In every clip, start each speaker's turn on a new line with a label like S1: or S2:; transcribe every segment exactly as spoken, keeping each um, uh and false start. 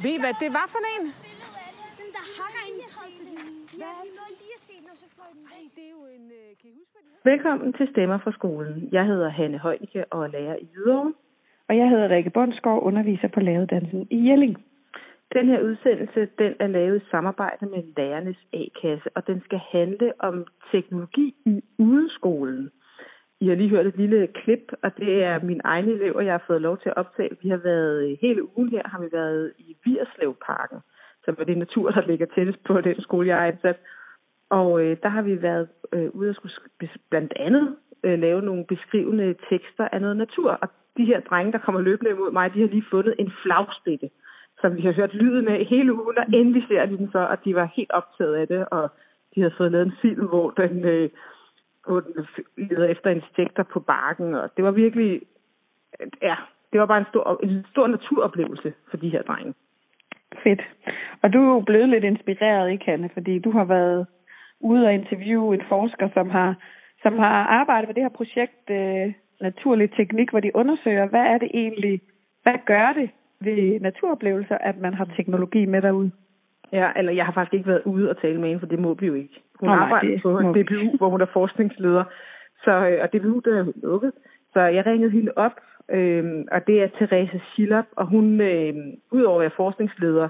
S1: Ved I, hvad det var for en?
S2: Den, der hakker ind i træet på den. Ja, vi må lige se den, og så får den.
S1: Ej, det er jo en... Øh, kan I huske, hvad det
S3: Velkommen til Stemmer fra skolen. Jeg hedder Hanne Højnicke og er lærer i Hvidovre.
S4: Og jeg hedder Rikke Bundsgaard, underviser på læreruddannelsen i Jelling.
S3: Den her udsendelse, den er lavet i samarbejde med Lærernes A-kasse, og den skal handle om teknologi i udeskolen. I har lige hørt et lille klip, og det er mine egne elever, jeg har fået lov til at optage. Vi har været hele ugen her, har vi været i Virslevparken, som er det natur, der ligger tættest på den skole, jeg er ansat. Og øh, der har vi været øh, ude og skulle blandt andet øh, lave nogle beskrivende tekster af noget natur. Og de her drenge, der kommer løbende imod mig, de har lige fundet en flagspætte, som vi har hørt lyden af hele ugen, og endelig ser de den så, og de var helt optaget af det, og de havde fået lavet en film, hvor den, øh, hvor den leder efter insekter på barken, og det var virkelig, ja, det var bare en stor, en stor naturoplevelse for de her drenge.
S4: Fedt. Og du er jo blevet lidt inspireret, ikke, Hanne? Fordi du har været ude og interviewe en forsker, som har, som har arbejdet med det her projekt øh, Naturlig Teknik, hvor de undersøger, hvad er det egentlig, hvad gør det ved naturoplevelser, at man har teknologi med derude?
S3: Ja, eller jeg har faktisk ikke været ude og tale med hende, for det må vi jo ikke. Hun
S4: oh,
S3: arbejder
S4: nej,
S3: på D P U, hvor hun er forskningsleder, så, og D P U der er lukket. Så jeg ringede hende op, øh, og det er Therese Schiller, og hun, øh, udover at være forskningsleder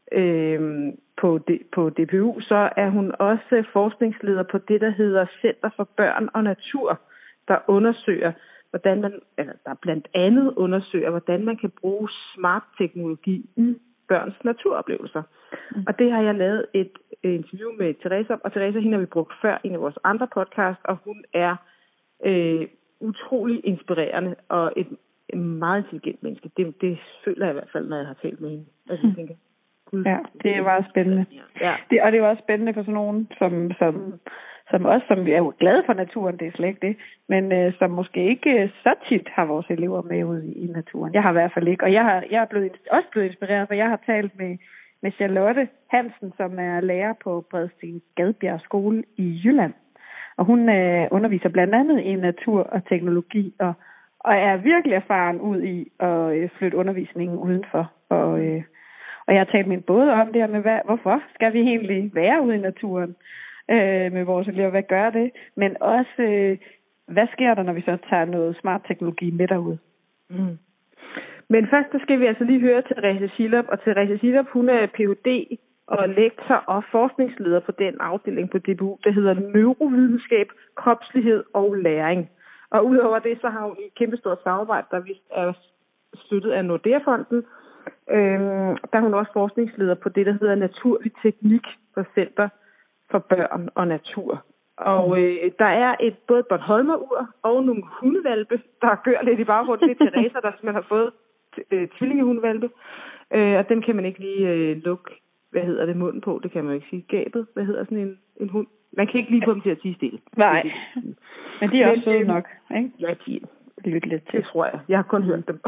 S3: øh, på, D, på D P U, så er hun også forskningsleder på det, der hedder Center for Børn og Natur, der undersøger, hvordan man, eller der blandt andet undersøger, hvordan man kan bruge smart teknologi i børns naturoplevelser. Mm. Og det har jeg lavet et interview med Therese om, og Therese, hende har vi brugt før i en af vores andre podcast, og hun er øh, utrolig inspirerende og et, et meget intelligent menneske. Det, det føler jeg i hvert fald, når jeg har talt med hende. Altså, jeg tænker, Gud,
S4: ja, det er meget spændende.
S3: Ja.
S4: Det, og det er også spændende for sådan nogen, som, som, som os, som vi er jo glade for naturen, det er slet ikke det, men øh, som måske ikke så tit har vores elever med ude i, i naturen. Jeg har i hvert fald ikke, og jeg, har, jeg er blevet, også blevet inspireret, for jeg har talt med, med Charlotte Hansen, som er lærer på Bredsten Gadbjerg Skole i Jylland. Og hun øh, underviser blandt andet i natur og teknologi, og, og er virkelig erfaren ud i at øh, flytte undervisningen udenfor. Og, øh, og jeg har talt med en både om det her med, hvad, hvorfor skal vi egentlig være ude i naturen øh, med vores elever, hvad gør det? Men også, øh, hvad sker der, når vi så tager noget smart teknologi med derud?
S3: Mm. Men først så skal vi altså lige høre Therese Schiller, og Therese Schiller, hun er P H D og lektor og forskningsleder på den afdeling på D P U, der hedder Neurovidenskab, Kropslighed og Læring. Og udover det, så har hun et kæmpestort samarbejde, der vist er støttet af Nordea-fonden. Øhm, der er hun også forskningsleder på det, der hedder Naturlig Teknik for Center for Børn og Natur. Og øh, der er et både et Bornholmer-ur og nogle hundevalpe, der gør lidt i baggrunden. Det er Therese, der simpelthen har fået øh, tvillingehundevalpe, øh, og dem kan man ikke lige øh, lukke, hvad hedder det, munden på, det kan man jo ikke sige. Gabet, hvad hedder sådan en, en hund? Man kan ikke lige få dem til at tie stille.
S4: Nej, men de er også søde nok, ikke?
S3: Ja, de er.
S4: Lyt lidt til.
S3: Det tror jeg. Jeg har kun hørt dem.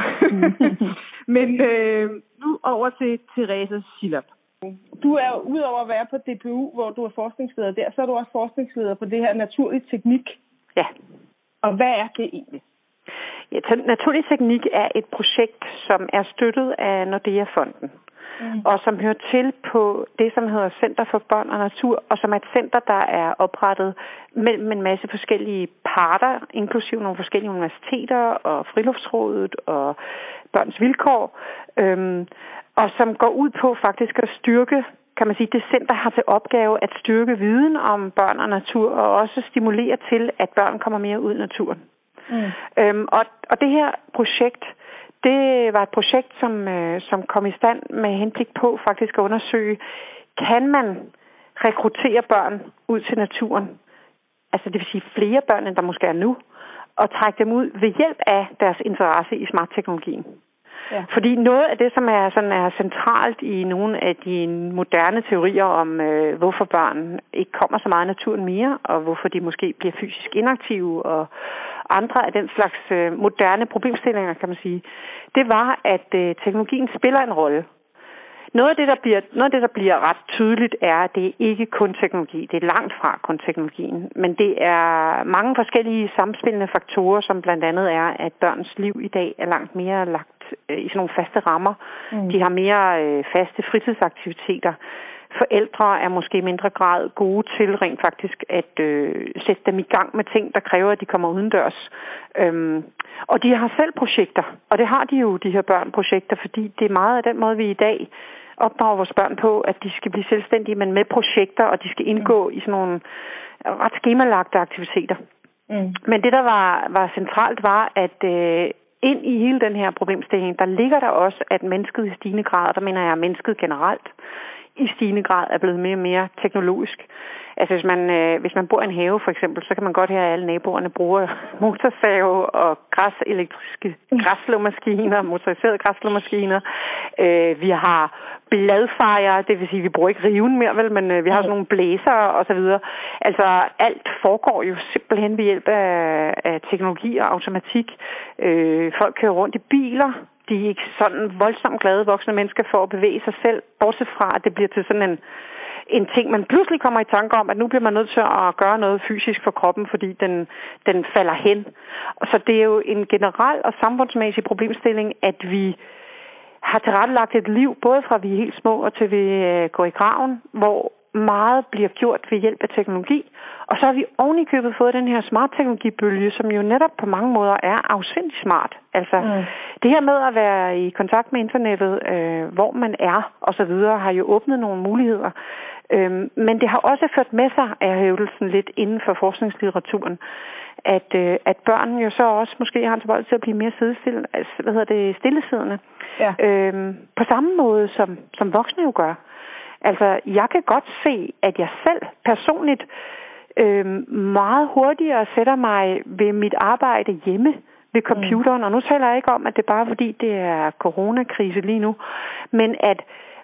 S3: Men øh, nu over til Therese Schiller.
S1: Du er jo, udover at være på D P U, hvor du er forskningsleder der, så er du også forskningsleder på det her Naturlig Teknik.
S5: Ja.
S1: Og hvad er det egentlig?
S5: Ja, Naturlig Teknik er et projekt, som er støttet af Nordea-fonden, mm. og som hører til på det, som hedder Center for Børn og Natur, og som er et center, der er oprettet mellem en masse forskellige parter, inklusive nogle forskellige universiteter og Friluftsrådet og Børns Vilkår, øhm, og som går ud på faktisk at styrke, kan man sige, det center har til opgave at styrke viden om børn og natur, og også stimulere til, at børn kommer mere ud i naturen. Mm. Øhm, og, og det her projekt, det var et projekt, som, øh, som kom i stand med henblik på faktisk at undersøge, kan man rekruttere børn ud til naturen, altså det vil sige flere børn, end der måske er nu, og trække dem ud ved hjælp af deres interesse i smart teknologien. Ja. Fordi noget af det, som er, sådan, er centralt i nogle af de moderne teorier om, øh, hvorfor børn ikke kommer så meget i naturen mere, og hvorfor de måske bliver fysisk inaktive, og andre af den slags øh, moderne problemstillinger, kan man sige, det var, at øh, teknologien spiller en rolle. Noget af det, der bliver, noget af det, der bliver ret tydeligt, er, at det er ikke kun teknologi. Det er langt fra kun teknologien. Men det er mange forskellige samspillende faktorer, som blandt andet er, at børns liv i dag er langt mere lagt øh, i sådan nogle faste rammer.
S1: Mm.
S5: De har mere øh, faste fritidsaktiviteter. Forældre er måske i mindre grad gode til rent faktisk at øh, sætte dem i gang med ting, der kræver, at de kommer udendørs. Øhm, og de har selv projekter, og det har de jo, de her børn, projekter, fordi det er meget af den måde, vi i dag opdrager vores børn på, at de skal blive selvstændige, men med projekter, og de skal indgå mm. i sådan nogle ret skemalagte aktiviteter. Mm. Men det, der var, var centralt, var, at øh, ind i hele den her problemstilling, der ligger der også, at mennesket i stigende grad, der mener jeg mennesket generelt, i stigende grad er blevet mere og mere teknologisk. Altså hvis man, øh, hvis man bor i en have for eksempel, så kan man godt høre, at alle naboerne bruger motorsave og græs, elektriske græsslåmaskiner, motoriserede græsslåmaskiner. Øh, vi har bladfejere, det vil sige, at vi bruger ikke riven mere, vel, men øh, vi har sådan nogle blæser og så videre. Altså alt foregår jo simpelthen ved hjælp af, af teknologi og automatik. Øh, folk kører rundt i biler. De er ikke sådan voldsomt glade voksne mennesker for at bevæge sig selv, bortset fra, at det bliver til sådan en, en ting, man pludselig kommer i tanke om, at nu bliver man nødt til at gøre noget fysisk for kroppen, fordi den, den falder hen. Så det er jo en generel og samfundsmæssig problemstilling, at vi har tilrettelagt et liv, både fra vi er helt små og til vi går i graven, hvor meget bliver gjort ved hjælp af teknologi. Og så har vi ovenikøbet fået den her smart-teknologibølge, som jo netop på mange måder er afsindig smart. Altså, mm. det her med at være i kontakt med internettet, øh, hvor man er og så videre, har jo åbnet nogle muligheder. Øhm, men det har også ført med sig, af hævdelsen lidt inden for forskningslitteraturen, at, øh, at børn jo så også måske har en tilbøjelse til at blive mere sidestille, altså, hvad hedder det, stillesiddende. Ja. Øhm, på samme måde, som, som voksne jo gør. Altså, jeg kan godt se, at jeg selv personligt øh, meget hurtigere sætter mig ved mit arbejde hjemme ved computeren. Mm. Og nu taler jeg ikke om, at det er bare fordi, det er coronakrise lige nu, men at,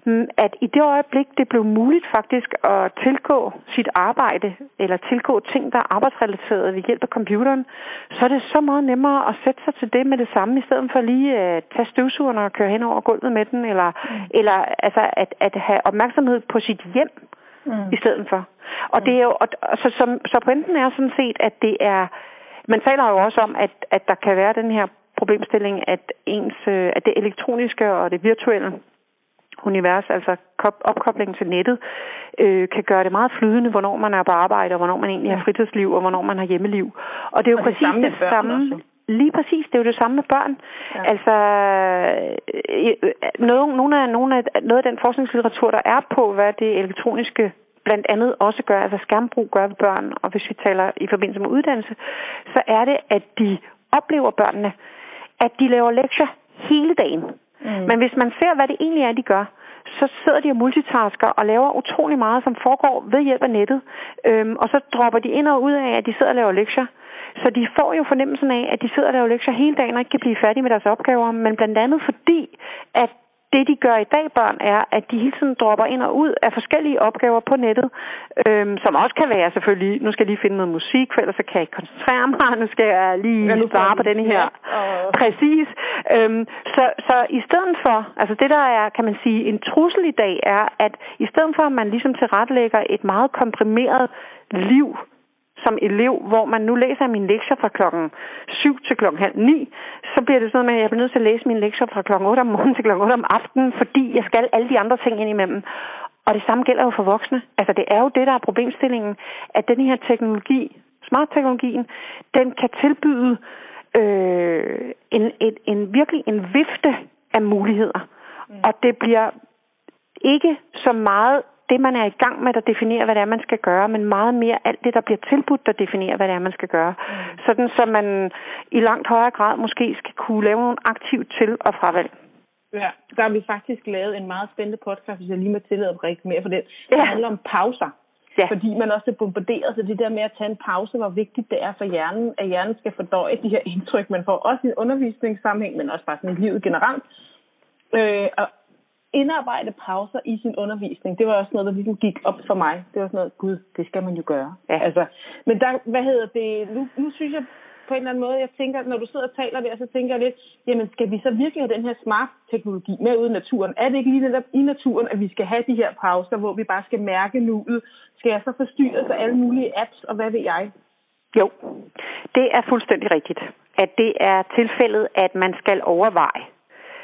S5: at i det øjeblik, det blev muligt faktisk at tilgå sit arbejde, eller tilgå ting, der er arbejdsrelateret ved hjælp af computeren, så er det så meget nemmere at sætte sig til det med det samme, i stedet for lige at tage støvsugeren og køre hen over gulvet med den, eller, mm. eller altså at, at have opmærksomhed på sit hjem mm. i stedet for. Og mm. det er jo, og, så, så, så pointen er sådan set, at det er, man taler jo også om, at, at der kan være den her problemstilling, at, ens, at det elektroniske og det virtuelle univers, altså opkoblingen til nettet, øh, kan gøre det meget flydende, hvornår man er på arbejde, og hvornår man egentlig har fritidsliv, og hvornår man har hjemmeliv. Og det er jo og præcis det samme. Det samme lige præcis, det er jo det samme med børn. Ja. Altså, noget, nogle af, nogle af, noget af den forskningslitteratur, der er på, hvad det elektroniske blandt andet også gør, altså skærmbrug gør ved børn, og hvis vi taler i forbindelse med uddannelse, så er det, at de oplever børnene, at de laver lektier hele dagen. Mm. Men hvis man ser, hvad det egentlig er, de gør, så sidder de og multitasker og laver utrolig meget, som foregår ved hjælp af nettet. Øhm, og så dropper de ind og ud af, at de sidder og laver lektier. Så de får jo fornemmelsen af, at de sidder og laver lektier hele dagen og ikke kan blive færdige med deres opgaver. Men blandt andet fordi, at det, de gør i dag, børn, er, at de hele tiden dropper ind og ud af forskellige opgaver på nettet, øhm, som også kan være selvfølgelig, nu skal jeg lige finde noget musik, for ellers så kan jeg ikke koncentrere mig, nu skal jeg lige svare på denne her. Ja. Præcis. Øhm, så, så i stedet for, altså det der er, kan man sige, en trussel i dag, er, at i stedet for, at man ligesom tilrettelægger et meget komprimeret liv, som elev, hvor man nu læser mine lektier fra klokken syv til klokken halv ni, så bliver det sådan noget med, at jeg bliver nødt til at læse mine lektier fra klokken otte om morgenen til klokken otte om aftenen, fordi jeg skal alle de andre ting ind imellem. Og det samme gælder jo for voksne. Altså det er jo det, der er problemstillingen, at den her teknologi, smart-teknologien, den kan tilbyde øh, en, en, en virkelig en vifte af muligheder. Mm. Og det bliver ikke så meget det, man er i gang med, der definerer, hvad det er, man skal gøre, men meget mere alt det, der bliver tilbudt, der definerer, hvad det er, man skal gøre. Mm. Sådan, så man i langt højere grad måske skal kunne lave nogle aktivt til- og fravalg.
S1: Ja, der har vi faktisk lavet en meget spændende podcast, hvis jeg lige må tillade at rigtig mere for det. Det ja. handler om pauser. Ja. Fordi man også er bombarderet, så det der med at tage en pause, hvor vigtigt det er for hjernen, at hjernen skal fordøje de her indtryk, man får også i en undervisningssammenhæng, men også bare sådan i livet generelt. Øh, og indarbejde pauser i sin undervisning, det var også noget, der ligesom gik op for mig. Det var sådan noget, gud, det skal man jo gøre. Ja. Altså, men der, hvad hedder det, nu, nu synes jeg på en eller anden måde, jeg tænker, når du sidder og taler der, så tænker jeg lidt, jamen skal vi så virkelig have den her smart-teknologi med ude i naturen? Er det ikke lige netop i naturen, at vi skal have de her pauser, hvor vi bare skal mærke nuet? Skal jeg så forstyrres af alle mulige apps, og hvad ved jeg?
S5: Jo, det er fuldstændig rigtigt, at det er tilfældet, at man skal overveje,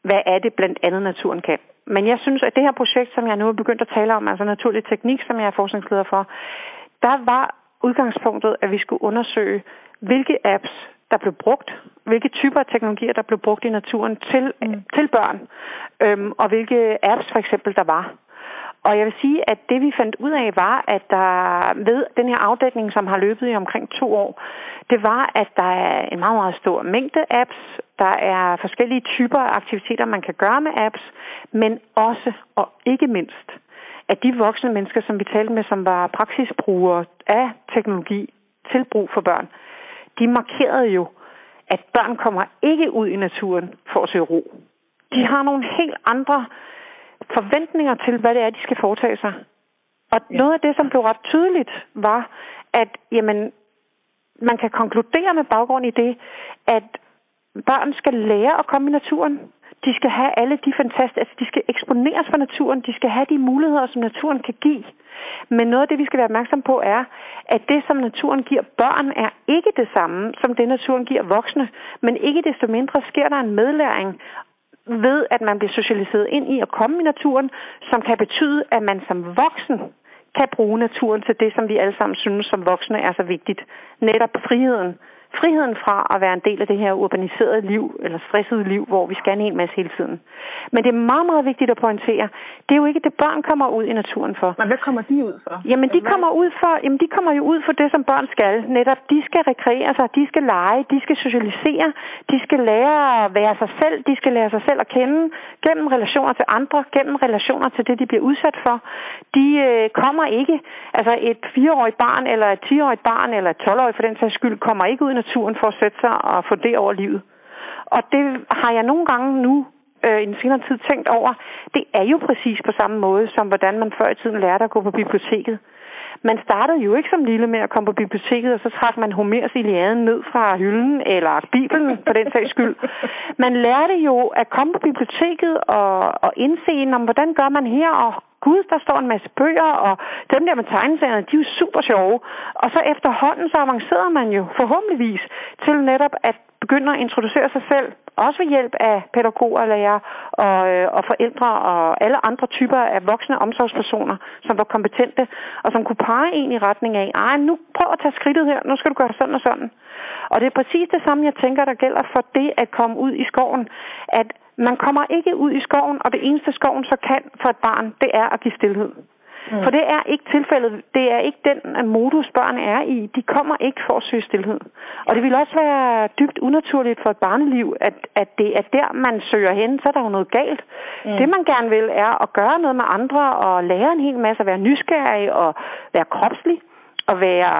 S5: hvad er det blandt andet naturen kan. Men jeg synes, at det her projekt, som jeg nu er begyndt at tale om, altså naturlig teknik, som jeg er forskningsleder for, der var udgangspunktet, at vi skulle undersøge, hvilke apps, der blev brugt, hvilke typer af teknologier, der blev brugt i naturen til, mm. til børn, øhm, og hvilke apps for eksempel der var. Og jeg vil sige, at det vi fandt ud af var, at der ved den her afdækning, som har løbet i omkring to år, det var, at der er en meget, meget stor mængde apps. Der er forskellige typer af aktiviteter, man kan gøre med apps, men også og ikke mindst, at de voksne mennesker, som vi talte med, som var praksisbrugere af teknologi til brug for børn, de markerede jo, at børn kommer ikke ud i naturen for at søge ro. De har nogle helt andre forventninger til, hvad det er, de skal foretage sig. Og ja. Noget af det, som blev ret tydeligt, var, at jamen, man kan konkludere med baggrund i det, at børn skal lære at komme i naturen. De skal have alle de fantastiske, altså de skal eksponeres for naturen, de skal have de muligheder, som naturen kan give. Men noget af det, vi skal være opmærksom på, er, at det, som naturen giver børn, er ikke det samme, som det, naturen giver voksne. Men ikke desto mindre sker der en medlæring ved, at man bliver socialiseret ind i at komme i naturen, som kan betyde, at man som voksen kan bruge naturen til det, som vi alle sammen synes som voksne er så vigtigt. Netop friheden. Friheden fra at være en del af det her urbaniserede liv, eller stressede liv, hvor vi skal en hel masse hele tiden. Men det er meget, meget vigtigt at pointere, det er jo ikke det, børn kommer ud i naturen for.
S1: Men hvad kommer de ud for?
S5: Jamen, de kommer ud for, jamen, de kommer jo ud for det, som børn skal. Netop, de skal rekreere sig, de skal lege, de skal socialisere, de skal lære at være sig selv, de skal lære sig selv at kende gennem relationer til andre, gennem relationer til det, de bliver udsat for. De øh, kommer ikke, altså et fireårigt barn, eller et tiårigt barn, eller et tolvårigt for den sags skyld, kommer ikke ud i naturen for at sætte sig og få det over livet. Og det har jeg nogle gange nu øh, i en senere tid tænkt over. Det er jo præcis på samme måde, som hvordan man før i tiden lærte at gå på biblioteket. Man startede jo ikke som lille med at komme på biblioteket, og så trak man Homers Iliaden ned fra hylden, eller Bibelen for den sags skyld. Man lærte jo at komme på biblioteket og, og indse, om hvordan gør man her, og gud, der står en masse bøger, og dem der med tegneserierne, de er jo super sjove. Og så efterhånden, så avancerede man jo forhåbentligvis til netop at begynde at introducere sig selv, også ved hjælp af pædagoger, lærere og, øh, og forældre og alle andre typer af voksne omsorgspersoner, som var kompetente, og som kunne pege en i retning af, ej, nu prøv at tage skridtet her, nu skal du gøre sådan og sådan. Og det er præcis det samme, jeg tænker, der gælder for det at komme ud i skoven, at man kommer ikke ud i skoven, og det eneste skoven så kan for et barn, det er at give stilhed. Mm. For det er ikke tilfældet. Det er ikke den modus, børn er i. De kommer ikke for at søge stilhed. Og det vil også være dybt unaturligt for et barneliv, at, at det er der, man søger hen. Så er der jo noget galt. Mm. Det, man gerne vil, er at gøre noget med andre og lære en hel masse, at være nysgerrig og være kropslig og være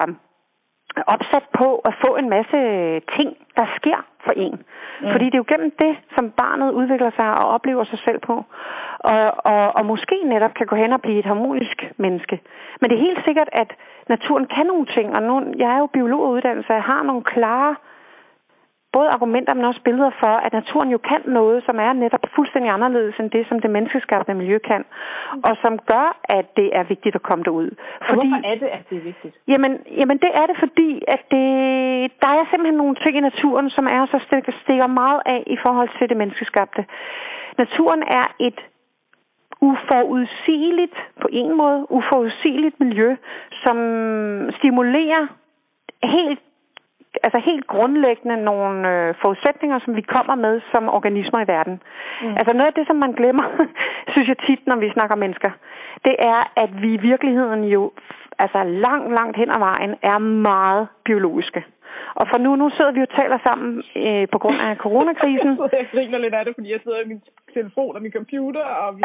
S5: opsat på at få en masse ting, der sker for en. Mm. Fordi det er jo gennem det, som barnet udvikler sig og oplever sig selv på. Og, og, og måske netop kan gå hen og blive et harmonisk menneske. Men det er helt sikkert, at naturen kan nogle ting. Og nu, jeg er jo biolog og uddannelse, så jeg har nogle klare både argumenter, men også billeder for, at naturen jo kan noget, som er netop fuldstændig anderledes end det, som det menneskeskabte miljø kan. Og som gør, at det er vigtigt at komme derud.
S1: Fordi, hvorfor er det, at det er vigtigt?
S5: Jamen, jamen det er det, fordi at det, der er simpelthen nogle ting i naturen, som er så stikker, stikker meget af i forhold til det menneskeskabte. Naturen er et uforudsigeligt, på en måde, uforudsigeligt miljø, som stimulerer helt altså helt grundlæggende nogle øh, forudsætninger, som vi kommer med som organismer i verden. Mm. Altså noget af det, som man glemmer, synes jeg tit, når vi snakker mennesker, det er, at vi i virkeligheden jo altså langt, langt hen ad vejen er meget biologiske. Og for nu, nu sidder vi jo og taler sammen øh, på grund af coronakrisen.
S1: Jeg griner lidt af det, fordi jeg sidder i min telefon og min computer, og vi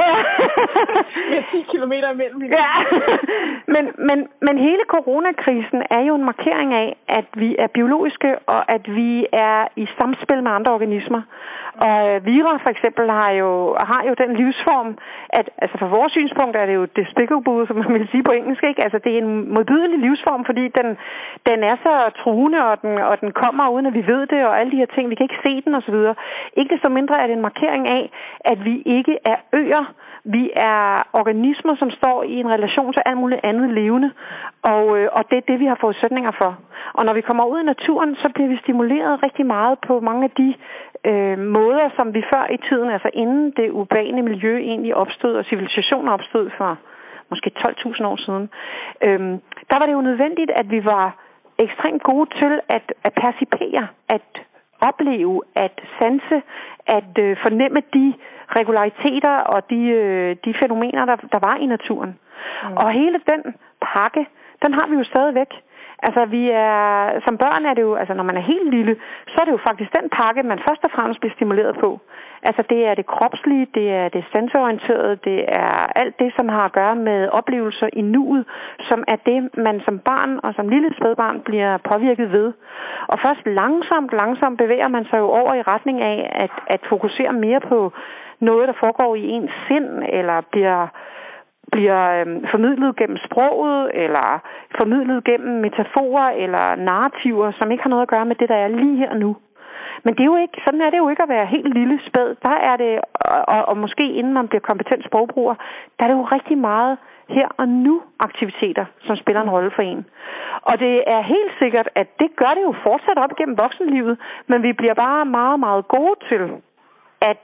S1: er ti kilometer imellem.
S5: Ja. men, men, men hele coronakrisen er jo en markering af, at vi er biologiske, og at vi er i samspil med andre organismer. Og vira for eksempel har jo, har jo den livsform, at altså fra vores synspunkt er det jo despicable, som man vil sige på engelsk, ikke? Altså det er en modbydelig livsform, fordi den, den er så truende, og den, og den kommer uden at vi ved det, og alle de her ting, vi kan ikke se den osv. Ikke desto mindre er det en markering af, at vi ikke er øer. Vi er organismer, som står i en relation til alt muligt andet levende, og, øh, og det er det, vi har forudsætninger for. Og når vi kommer ud i naturen, så bliver vi stimuleret rigtig meget på mange af de øh, måder, som vi før i tiden, altså inden det urbane miljø egentlig opstod, og civilisationen opstod for måske tolv tusind år siden. Øhm, der var det jo nødvendigt, at vi var ekstremt gode til at, at percipere, at opleve, at sanse, at øh, fornemme de regulariteter og de, øh, de fænomener, der, der var i naturen. Mm. Og hele den pakke, den har vi jo stadigvæk. Altså, vi er, som børn er det jo, altså når man er helt lille, så er det jo faktisk den pakke, man først og fremmest bliver stimuleret på. Altså, det er det kropslige, det er det sanseorienterede, det er alt det, som har at gøre med oplevelser i nuet, som er det, man som barn og som lille spædbarn bliver påvirket ved. Og først langsomt, langsomt bevæger man sig jo over i retning af at, at fokusere mere på noget, der foregår i ens sind, eller bliver... bliver øhm, formidlet gennem sproget, eller formidlet gennem metaforer eller narrativer, som ikke har noget at gøre med det, der er lige her og nu. Men det er jo ikke, sådan er det jo ikke at være helt lille spæd. Der er det, og, og måske inden man bliver kompetent sprogbruger, der er det jo rigtig meget her og nu aktiviteter, som spiller en rolle for en. Og det er helt sikkert, at det gør det jo fortsat op gennem voksenlivet, men vi bliver bare meget, meget gode til at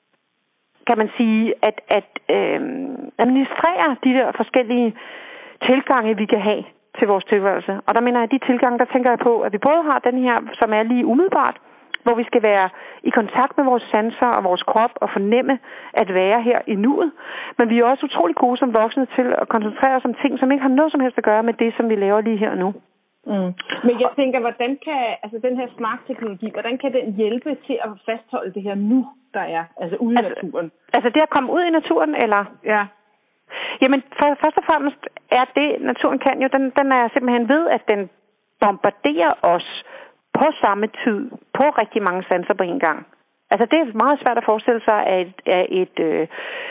S5: kan man sige, at, at øh, administrere de der forskellige tilgange, vi kan have til vores tilværelse. Og der mener jeg, at de tilgange, der tænker jeg på, at vi både har den her, som er lige umiddelbart, hvor vi skal være i kontakt med vores sanser og vores krop og fornemme at være her i nuet. Men vi er også utrolig gode som voksne til at koncentrere os om ting, som ikke har noget som helst at gøre med det, som vi laver lige her og nu.
S1: Mm. Men jeg tænker, hvordan kan altså den her smart-teknologi, hvordan kan den hjælpe til at fastholde det her nu, der er, altså ude i altså, naturen?
S5: Altså det at komme ud i naturen, eller?
S1: Ja.
S5: Jamen, for, først og fremmest er det, naturen kan jo, den, den er simpelthen ved, at den bombarderer os på samme tid, på rigtig mange sanser på en gang. Altså det er meget svært at forestille sig, at et, at et, øh,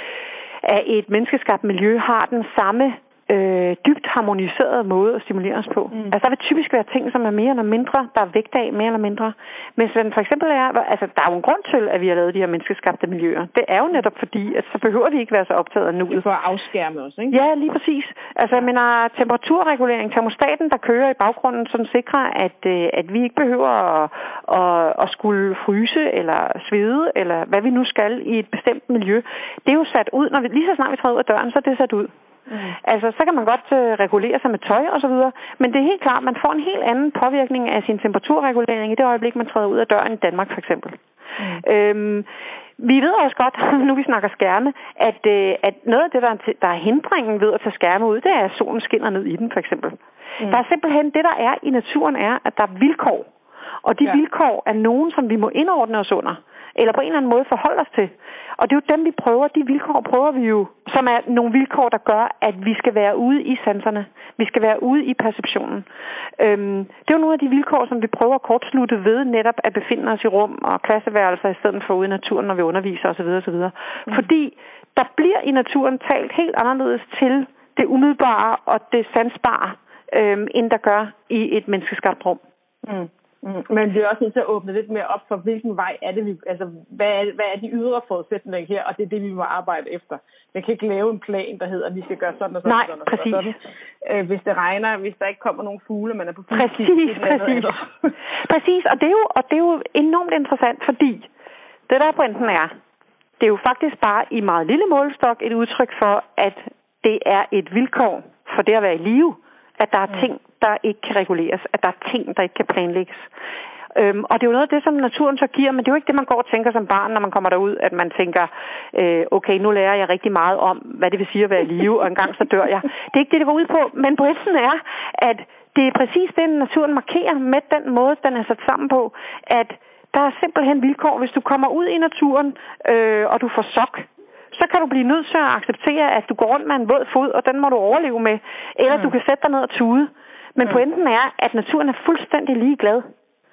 S5: at et menneskeskabt miljø har den samme Øh, dybt harmoniseret måde at stimulere os på. Mm. Altså der vil typisk være ting, som er mere eller mindre, der er vægt af mere eller mindre. Men hvis for eksempel er, altså der er jo en grund til, at vi har lavet de her menneskeskabte miljøer. Det er jo netop fordi, at så behøver vi ikke være så optaget af nuet.
S1: For at afskærme os, ikke?
S5: Ja, lige præcis. Altså jeg mener, temperaturregulering, termostaten, der kører i baggrunden, sådan sikrer, at, øh, at vi ikke behøver at, at, at skulle fryse eller svede, eller hvad vi nu skal i et bestemt miljø. Det er jo sat ud, når vi, lige så snart vi træder ud af døren, så er det sat ud. Mm. Altså, så kan man godt øh, regulere sig med tøj og så videre, men det er helt klart, man får en helt anden påvirkning af sin temperaturregulering i det øjeblik, man træder ud af døren i Danmark for eksempel. Mm. Øhm, vi ved også godt, nu vi snakker skærme, at, øh, at noget af det, der er, der er hindringen ved at tage skærme ud, det er, at solen skinner ned i den for eksempel. Mm. Der er simpelthen, det der er i naturen er, at der er vilkår, og de ja. vilkår er nogen, som vi må indordne os under, eller på en eller anden måde forholde os til. Og det er jo dem, vi prøver. De vilkår prøver vi jo, som er nogle vilkår, der gør, at vi skal være ude i sanserne. Vi skal være ude i perceptionen. Øhm, det er jo nogle af de vilkår, som vi prøver at kortslutte ved netop at befinde os i rum og klasseværelser i stedet for ude i naturen, når vi underviser osv. osv. Mm. Fordi der bliver i naturen talt helt anderledes til det umiddelbare og det sansbare, øhm, end der gør i et menneskeskabt rum.
S1: Mm. Mm. Men vi er også nødt til at åbne lidt mere op for, hvilken vej er det, vi, altså hvad er, hvad er de ydre forudsætninger her, og det er det, vi må arbejde efter. Jeg kan ikke lave en plan, der hedder, at vi skal gøre sådan og sådan.
S5: Nej,
S1: sådan, og
S5: præcis.
S1: sådan. Øh, hvis det regner, hvis der ikke kommer nogen fugle, man er på fugle.
S5: Præcis, præcis. præcis, og det, er jo, og det er jo enormt interessant, fordi det der pointen er, det er jo faktisk bare i meget lille målestok et udtryk for, at det er et vilkår for det at være i live, at der er ting, der ikke kan reguleres, at der er ting, der ikke kan planlægges. Øhm, og det er jo noget af det, som naturen så giver, men det er jo ikke det, man går og tænker som barn, når man kommer derud, at man tænker, øh, okay, nu lærer jeg rigtig meget om, hvad det vil sige at være i live, og engang så dør jeg. Det er ikke det, det går ud på, men pointen er, at det er præcis det, naturen markerer med den måde, den er sat sammen på, at der er simpelthen vilkår. Hvis du kommer ud i naturen, øh, og du får sok, så kan du blive nødt til at acceptere, at du går rundt med en våd fod, og den må du overleve med. Eller mm. du kan sætte dig ned og tude. Men mm. pointen er, at naturen er fuldstændig ligeglad.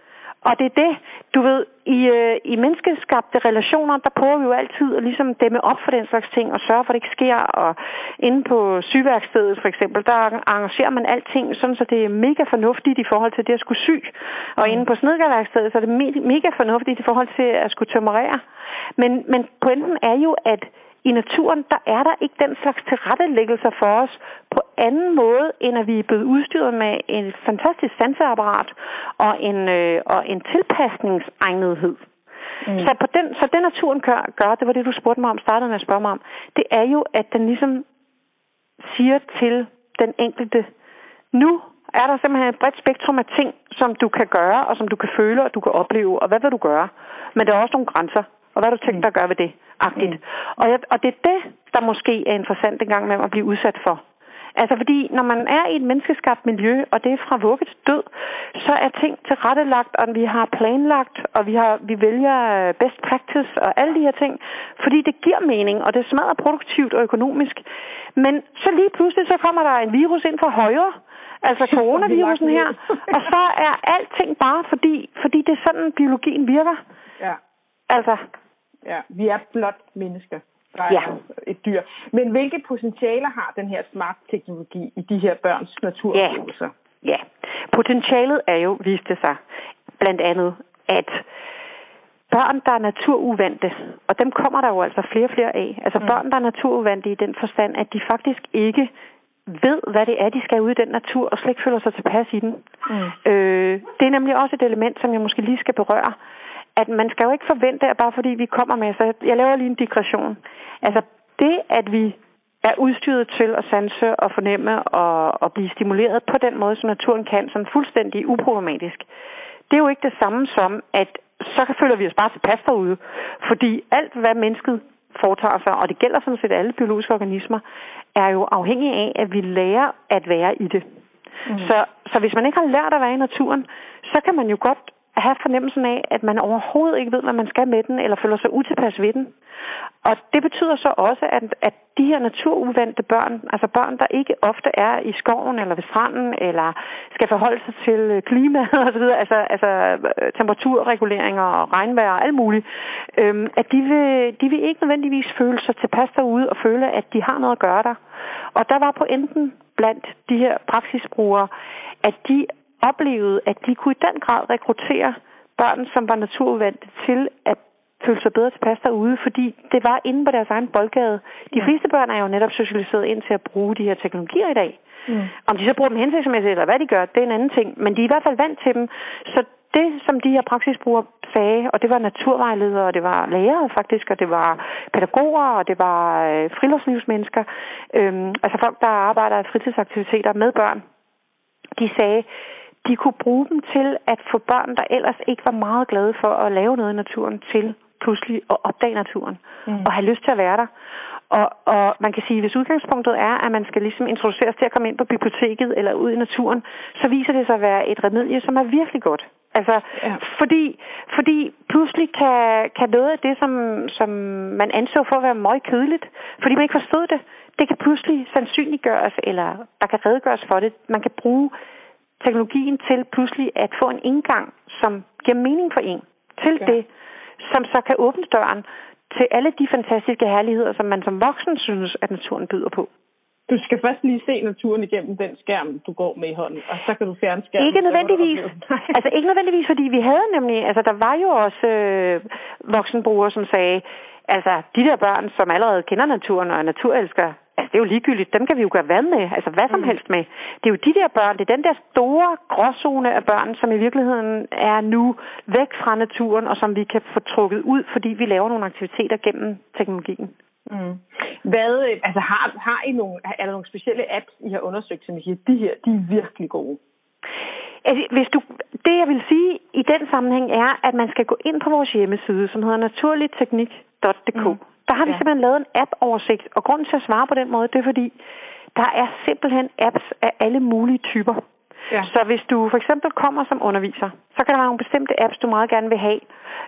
S5: og det er det, du ved, i, øh, i menneskeskabte relationer, der prøver vi jo altid at ligesom dæmme op for den slags ting, og sørge for, at det ikke sker, og inde på sygeværkstedet for eksempel, der arrangerer man alting, sådan så det er mega fornuftigt i forhold til det at skulle sy, og inde på snedkerværkstedet, så er det mega fornuftigt i forhold til at skulle tømmerere. Men, men pointen er jo, at i naturen, der er der ikke den slags tilrettelæggelser for os på anden måde, end at vi er blevet udstyret med en fantastisk sanseapparat og en, øh, og en tilpasningsegnethed. Mm. Så, på den, så det naturen gør, gør, det var det, du spurgte mig om, startede med at spørge mig om, det er jo, at den ligesom siger til den enkelte, nu er der simpelthen et bredt spektrum af ting, som du kan gøre, og som du kan føle, og du kan opleve, og hvad vil du gøre? Men der er også nogle grænser, og hvad har du tænkt dig at gøre ved det? Agtigt. Mm. Og, jeg, og det er det, der måske er interessant en gang med at blive udsat for. Altså fordi, når man er i et menneskeskabt miljø, og det er fra vugge til død, så er ting tilrettelagt, og vi har planlagt, og vi, har, vi vælger best practice og alle de her ting, fordi det giver mening, og det smadrer produktivt og økonomisk. Men så lige pludselig, så kommer der en virus ind fra højre, altså coronavirusen her, og så er alting bare fordi, fordi det er sådan, biologien virker.
S1: Ja.
S5: Altså...
S1: Ja, vi er blot mennesker. Der er
S5: ja.
S1: et dyr. Men hvilke potentialer har den her smart teknologi i de her børns naturoplevelser?
S5: Ja. ja, potentialet er jo, viste sig, blandt andet, at børn, der er naturuvante, og dem kommer der jo altså flere og flere af, altså mm. børn, der er naturuvante i den forstand, at de faktisk ikke ved, hvad det er, de skal ud i den natur, og slet ikke føler sig tilpas i den. Mm. Øh, det er nemlig også et element, som jeg måske lige skal berøre, at man skal jo ikke forvente, at bare fordi vi kommer med, så jeg laver lige en digression. Altså det, at vi er udstyret til at sanse og fornemme og, og blive stimuleret på den måde, som naturen kan, sådan fuldstændig uproblematisk, det er jo ikke det samme som, at så føler vi os bare tilpas derude. Fordi alt, hvad mennesket foretager sig, og det gælder sådan set alle biologiske organismer, er jo afhængig af, at vi lærer at være i det. Mm. Så, så hvis man ikke har lært at være i naturen, så kan man jo godt have fornemmelsen af, at man overhovedet ikke ved, hvad man skal med den, eller føler sig utilpas ved den. Og det betyder så også, at, at de her naturuvante børn, altså børn, der ikke ofte er i skoven eller ved stranden, eller skal forholde sig til klimaet osv., altså, altså temperaturreguleringer og regnvejr og alt muligt, øhm, at de vil, de vil ikke nødvendigvis føle sig tilpas derude og føle, at de har noget at gøre der. Og der var pointen blandt de her praksisbrugere, at de oplevede, at de kunne i den grad rekruttere børn, som var naturuvante, til at føle sig bedre tilpas derude, fordi det var inde på deres egen boldgade. De fleste børn er jo netop socialiseret ind til at bruge de her teknologier i dag. Mm. Om de så bruger dem hensigtsmæssigt, eller hvad de gør, det er en anden ting. Men de er i hvert fald vant til dem. Så det, som de her praksisbrugere sagde, og det var naturvejledere, og det var lærere faktisk, og det var pædagoger, og det var øh, friluftslivsmennesker, øhm, altså folk, der arbejder i fritidsaktiviteter med børn, de sagde, de kunne bruge dem til at få børn, der ellers ikke var meget glade for at lave noget i naturen, til pludselig at opdage naturen mm. og have lyst til at være der. Og, og man kan sige, hvis udgangspunktet er, at man skal ligesom introduceres til at komme ind på biblioteket eller ud i naturen, så viser det sig at være et remedie, som er virkelig godt. Altså, ja. fordi, fordi pludselig kan, kan noget af det, som, som man anså for at være meget kedeligt, fordi man ikke forstod det, det kan pludselig sandsynliggøres, eller der kan redegøres for det. Man kan bruge teknologien til pludselig at få en indgang, som giver mening for en, til ja. det, som så kan åbne døren til alle de fantastiske herligheder, som man som voksen synes, at naturen byder på.
S1: Du skal først lige se naturen igennem den skærm, du går med i hånden, og så kan du fjerne skærmen.
S5: Ikke nødvendigvis. altså ikke nødvendigvis, fordi vi havde nemlig, altså der var jo også øh, voksenbrugere, som sagde, altså de der børn, som allerede kender naturen og er naturelskere, altså det er jo ligegyldigt, dem kan vi jo gøre hvad med, altså hvad som helst med. Det er jo de der børn, det er den der store gråzone af børn, som i virkeligheden er nu væk fra naturen, og som vi kan få trukket ud, fordi vi laver nogle aktiviteter gennem teknologien.
S1: Mm. Hvad, altså har, har I nogle, er der nogle specielle apps, I har undersøgt, som I siger, de her, de er virkelig gode?
S5: Altså, hvis du, det jeg vil sige i den sammenhæng er, at man skal gå ind på vores hjemmeside, som hedder naturligteknik punktum d k. Mm. Der har vi ja. simpelthen lavet en app-oversigt, og grunden til at svare på den måde, det er fordi, der er simpelthen apps af alle mulige typer. Ja. Så hvis du for eksempel kommer som underviser, så kan der være nogle bestemte apps, du meget gerne vil have.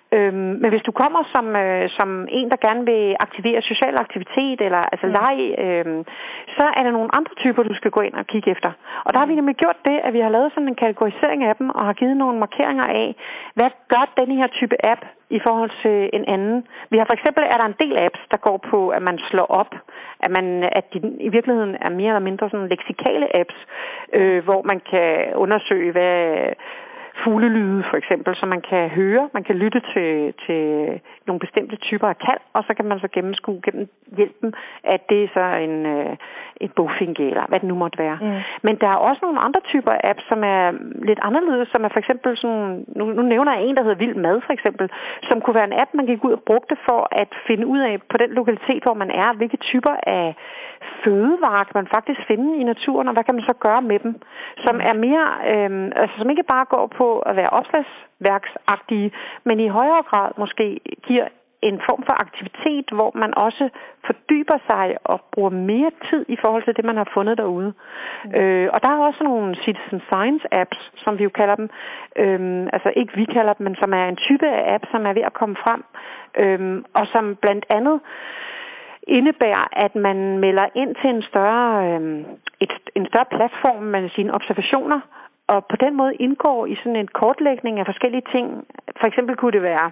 S5: Øhm, men hvis du kommer som, øh, som en, der gerne vil aktivere social aktivitet eller altså mm. lege, øh, så er der nogle andre typer, du skal gå ind og kigge efter. Og der har vi nemlig gjort det, at vi har lavet sådan en kategorisering af dem og har givet nogle markeringer af, hvad gør denne her type app i forhold til en anden. Vi har for eksempel, er der en del apps, der går på, at man slår op, at, man, at de i virkeligheden er mere eller mindre sådan leksikale apps, øh, hvor man kan undersøge, hvad fuglelyde for eksempel, så man kan høre, man kan lytte til, til nogle bestemte typer af kald, og så kan man så gennemskue gennem hjælpen, at det er så en, øh, en bogfinke, eller hvad det nu måtte være. Mm. Men der er også nogle andre typer af apps, som er lidt anderledes, som er for eksempel sådan, nu, nu nævner jeg en, der hedder Vild Mad for eksempel, som kunne være en app, man gik ud og brugte for at finde ud af på den lokalitet, hvor man er, hvilke typer af fødevarer kan man faktisk finde i naturen, og hvad kan man så gøre med dem, som er mere, øh, altså som ikke bare går på at være opslagsværksagtige, men i højere grad måske giver en form for aktivitet, hvor man også fordyber sig og bruger mere tid i forhold til det, man har fundet derude. Mm. Øh, og der er også nogle citizen science apps, som vi jo kalder dem. Øhm, altså ikke vi kalder dem, men som er en type af app, som er ved at komme frem. Øhm, og som blandt andet indebærer, at man melder ind til en større, øhm, et, en større platform med sine observationer, og på den måde indgår i sådan en kortlægning af forskellige ting. For eksempel kunne det være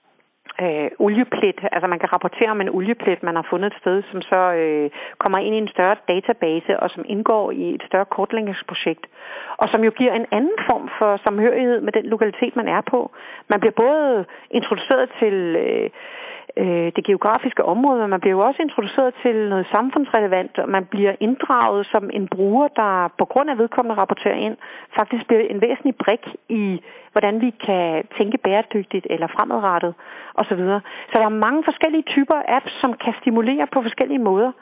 S5: øh, olieplet, altså man kan rapportere om en olieplet, man har fundet et sted, som så øh, kommer ind i en større database, og som indgår i et større kortlægningsprojekt, og som jo giver en anden form for samhørighed med den lokalitet, man er på. Man bliver både introduceret til øh, det geografiske område, men man bliver jo også introduceret til noget samfundsrelevant, og man bliver inddraget som en bruger, der på grund af vedkommende rapporterer ind, faktisk bliver en væsentlig brik i, hvordan vi kan tænke bæredygtigt eller fremadrettet osv. Så der er mange forskellige typer apps, som kan stimulere på forskellige måder.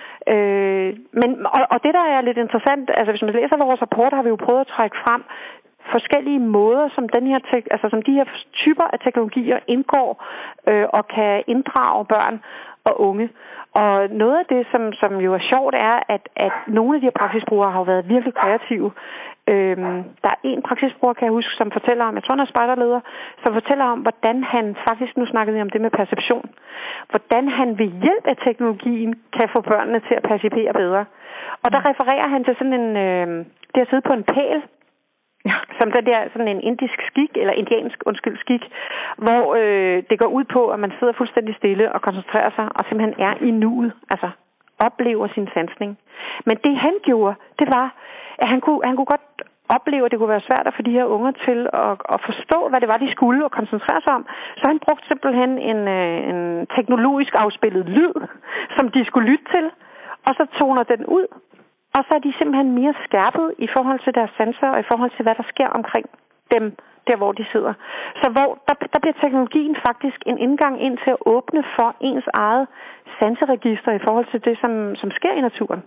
S5: Øh, men, og, og det, der er lidt interessant, altså hvis man læser vores rapport, har vi jo prøvet at trække frem forskellige måder, som den her te- altså som de her typer af teknologier indgår øh, og kan inddrage børn og unge. Og noget af det, som, som jo er sjovt, er, at, at nogle af de her praksisbrugere har været virkelig kreative. Øhm, der er en praksisbruger, kan jeg huske, som fortæller om, jeg tror han er spejderleder, som fortæller om, hvordan han faktisk, nu snakkede vi om det med perception, hvordan han ved hjælp af teknologien kan få børnene til at percipere bedre. Og der refererer han til sådan en, øh, det at sidde på en pæl, ja, som den der sådan en indisk skik, eller indiansk, undskyld, skik, hvor øh, det går ud på, at man sidder fuldstændig stille og koncentrerer sig, og simpelthen er i nuet, altså oplever sin sansning. Men det han gjorde, det var, at han kunne, han kunne godt opleve, at det kunne være svært at få de her unger til at, at forstå, hvad det var, de skulle, og koncentrere sig om. Så han brugte simpelthen en, en teknologisk afspillet lyd, som de skulle lytte til, og så toner den ud. Og så er de simpelthen mere skærpet i forhold til deres sanser og i forhold til, hvad der sker omkring dem, der hvor de sidder. Så hvor der, der bliver teknologien faktisk en indgang ind til at åbne for ens eget sanseregister i forhold til det, som, som sker i naturen.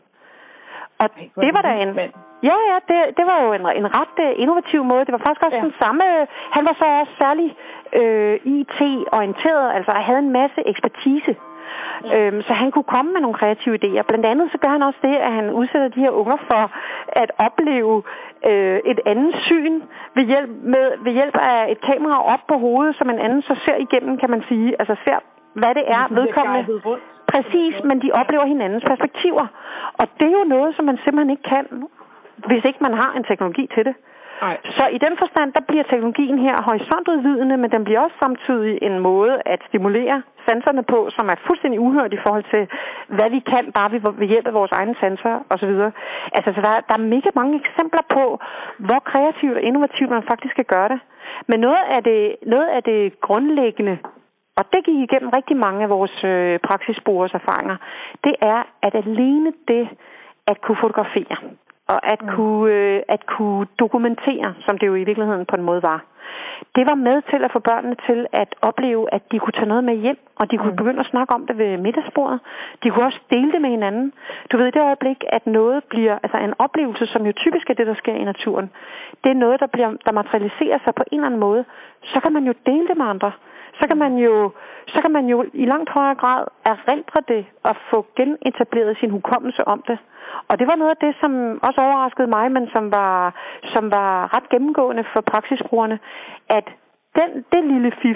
S5: Og det var da en... Ja, ja, det, det var jo en, en ret uh, innovativ måde. Det var faktisk også ja. den samme... Han var så også særlig øh, I T-orienteret, altså havde en masse ekspertise. Øhm, så han kunne komme med nogle kreative idéer. Blandt andet så gør han også det, at han udsætter de her unger for at opleve øh, et andet syn ved hjælp, med, ved hjælp af et kamera op på hovedet, som en anden så ser igennem, kan man sige. Altså ser, hvad det er vedkommende. Præcis, men de oplever hinandens perspektiver. Og det er jo noget, som man simpelthen ikke kan, hvis ikke man har en teknologi til det. Nej. Så i den forstand, der bliver teknologien her horisontudvidende, men den bliver også samtidig en måde at stimulere sanserne på, som er fuldstændig uhørt i forhold til, hvad vi kan, bare ved hjælp af vores egne sanser osv. Altså, så der, der er mega mange eksempler på, hvor kreativt og innovativt man faktisk kan gøre det. Men noget af det, noget af det grundlæggende, og det gik igennem rigtig mange af vores øh, praksisbrugers erfaringer, det er, at alene det at kunne fotografere, og at, mm. kunne, øh, at kunne dokumentere, som det jo i virkeligheden på en måde var. Det var med til at få børnene til at opleve, at de kunne tage noget med hjem, og de kunne mm. begynde at snakke om det ved middagsbordet. De kunne også dele det med hinanden. Du ved, i det øjeblik, at noget bliver, altså en oplevelse, som jo typisk er det, der sker i naturen, det er noget, der, bliver, der materialiserer sig på en eller anden måde, så kan man jo dele det med andre. Så kan man jo, så kan man jo i langt højere grad erindre det og få genetableret sin hukommelse om det. Og det var noget af det, som også overraskede mig, men som var, som var ret gennemgående for praksisbrugerne, at den, det lille fif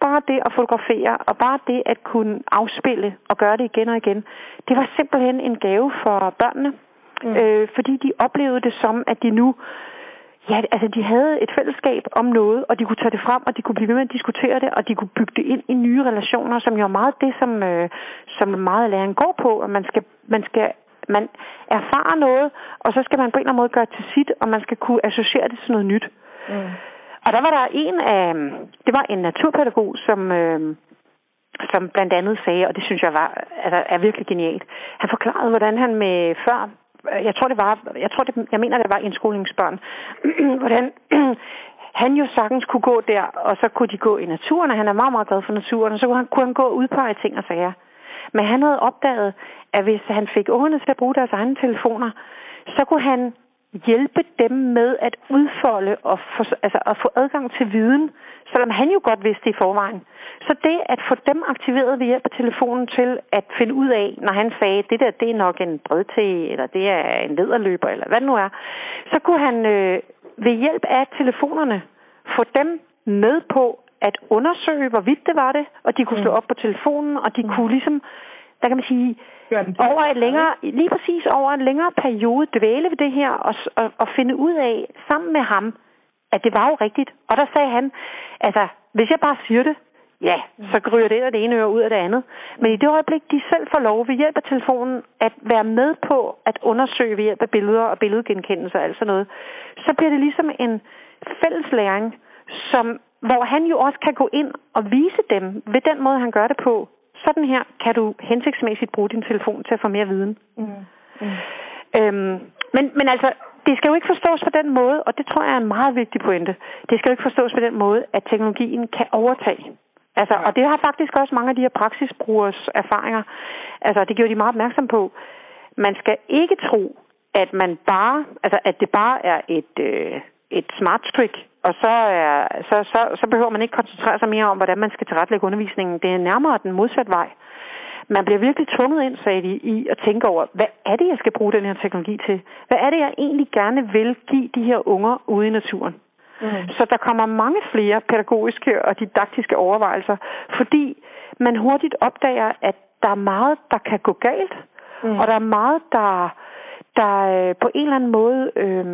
S5: bare det at fotografere, og bare det at kunne afspille og gøre det igen og igen, det var simpelthen en gave for børnene. Mm. Øh, fordi de oplevede det som, at de nu, ja, altså de havde et fællesskab om noget, og de kunne tage det frem, og de kunne blive ved med at diskutere det, og de kunne bygge det ind i nye relationer, som jo er meget det, som, øh, som meget af læring går på, at man skal, man skal man erfarer noget, og så skal man på en eller anden måde gøre til sit, og man skal kunne associere det til noget nyt. Mm. Og der var der en af, det var en naturpædagog, som, øh, som blandt andet sagde, og det synes jeg var, altså, er virkelig genialt. Han forklarede, hvordan han med før, jeg tror det var, jeg tror det, jeg mener det var indskolingsbørn, hvordan han jo sagtens kunne gå der, og så kunne de gå i naturen, og han er meget, meget glad for naturen, og så kunne han, kunne han gå og udpege ting og sager. Men han havde opdaget, at hvis han fik ungerne til at bruge deres egne telefoner, så kunne han hjælpe dem med at udfolde og få, altså at få adgang til viden, selvom han jo godt vidste det i forvejen. Så det at få dem aktiveret ved hjælp af telefonen til at finde ud af, når han sagde, det der det er nok en bredte, eller det er en lederløber, eller hvad det nu er, så kunne han øh, ved hjælp af telefonerne få dem med på at undersøge, hvorvidt det var det, og de kunne slå op på telefonen, og de kunne ligesom, der kan man sige, over et længere, lige præcis over en længere periode dvæle ved det her, og, og, og finde ud af, sammen med ham, at det var jo rigtigt. Og der sagde han, altså, hvis jeg bare siger det, ja, så gryder det af det ene øre ud af det andet. Men i det øjeblik, de selv får lov ved hjælp af telefonen at være med på at undersøge ved hjælp af billeder og billedgenkendelse og alt sådan noget, så bliver det ligesom en fælleslæring, som hvor han jo også kan gå ind og vise dem ved den måde, han gør det på. Sådan her kan du hensigtsmæssigt bruge din telefon til at få mere viden. Mm. Mm. Øhm, men, men altså, det skal jo ikke forstås på den måde, og det tror jeg er en meget vigtig pointe. Det skal jo ikke forstås på den måde, at teknologien kan overtage. Altså, og det har faktisk også mange af de her praksisbrugers erfaringer. Altså, det giver de meget opmærksom på. Man skal ikke tro, at man bare, altså, at det bare er et, øh, et smart trick, og så, er, så, så, så behøver man ikke koncentrere sig mere om, hvordan man skal tilrettelægge undervisningen. Det er nærmere den modsatte vej. Man bliver virkelig tvunget ind, sagde de, i at tænke over, hvad er det, jeg skal bruge den her teknologi til? Hvad er det, jeg egentlig gerne vil give de her unger ude i naturen? Mm. Så der kommer mange flere pædagogiske og didaktiske overvejelser, fordi man hurtigt opdager, at der er meget, der kan gå galt, mm. og der er meget, der, der på en eller anden måde øh,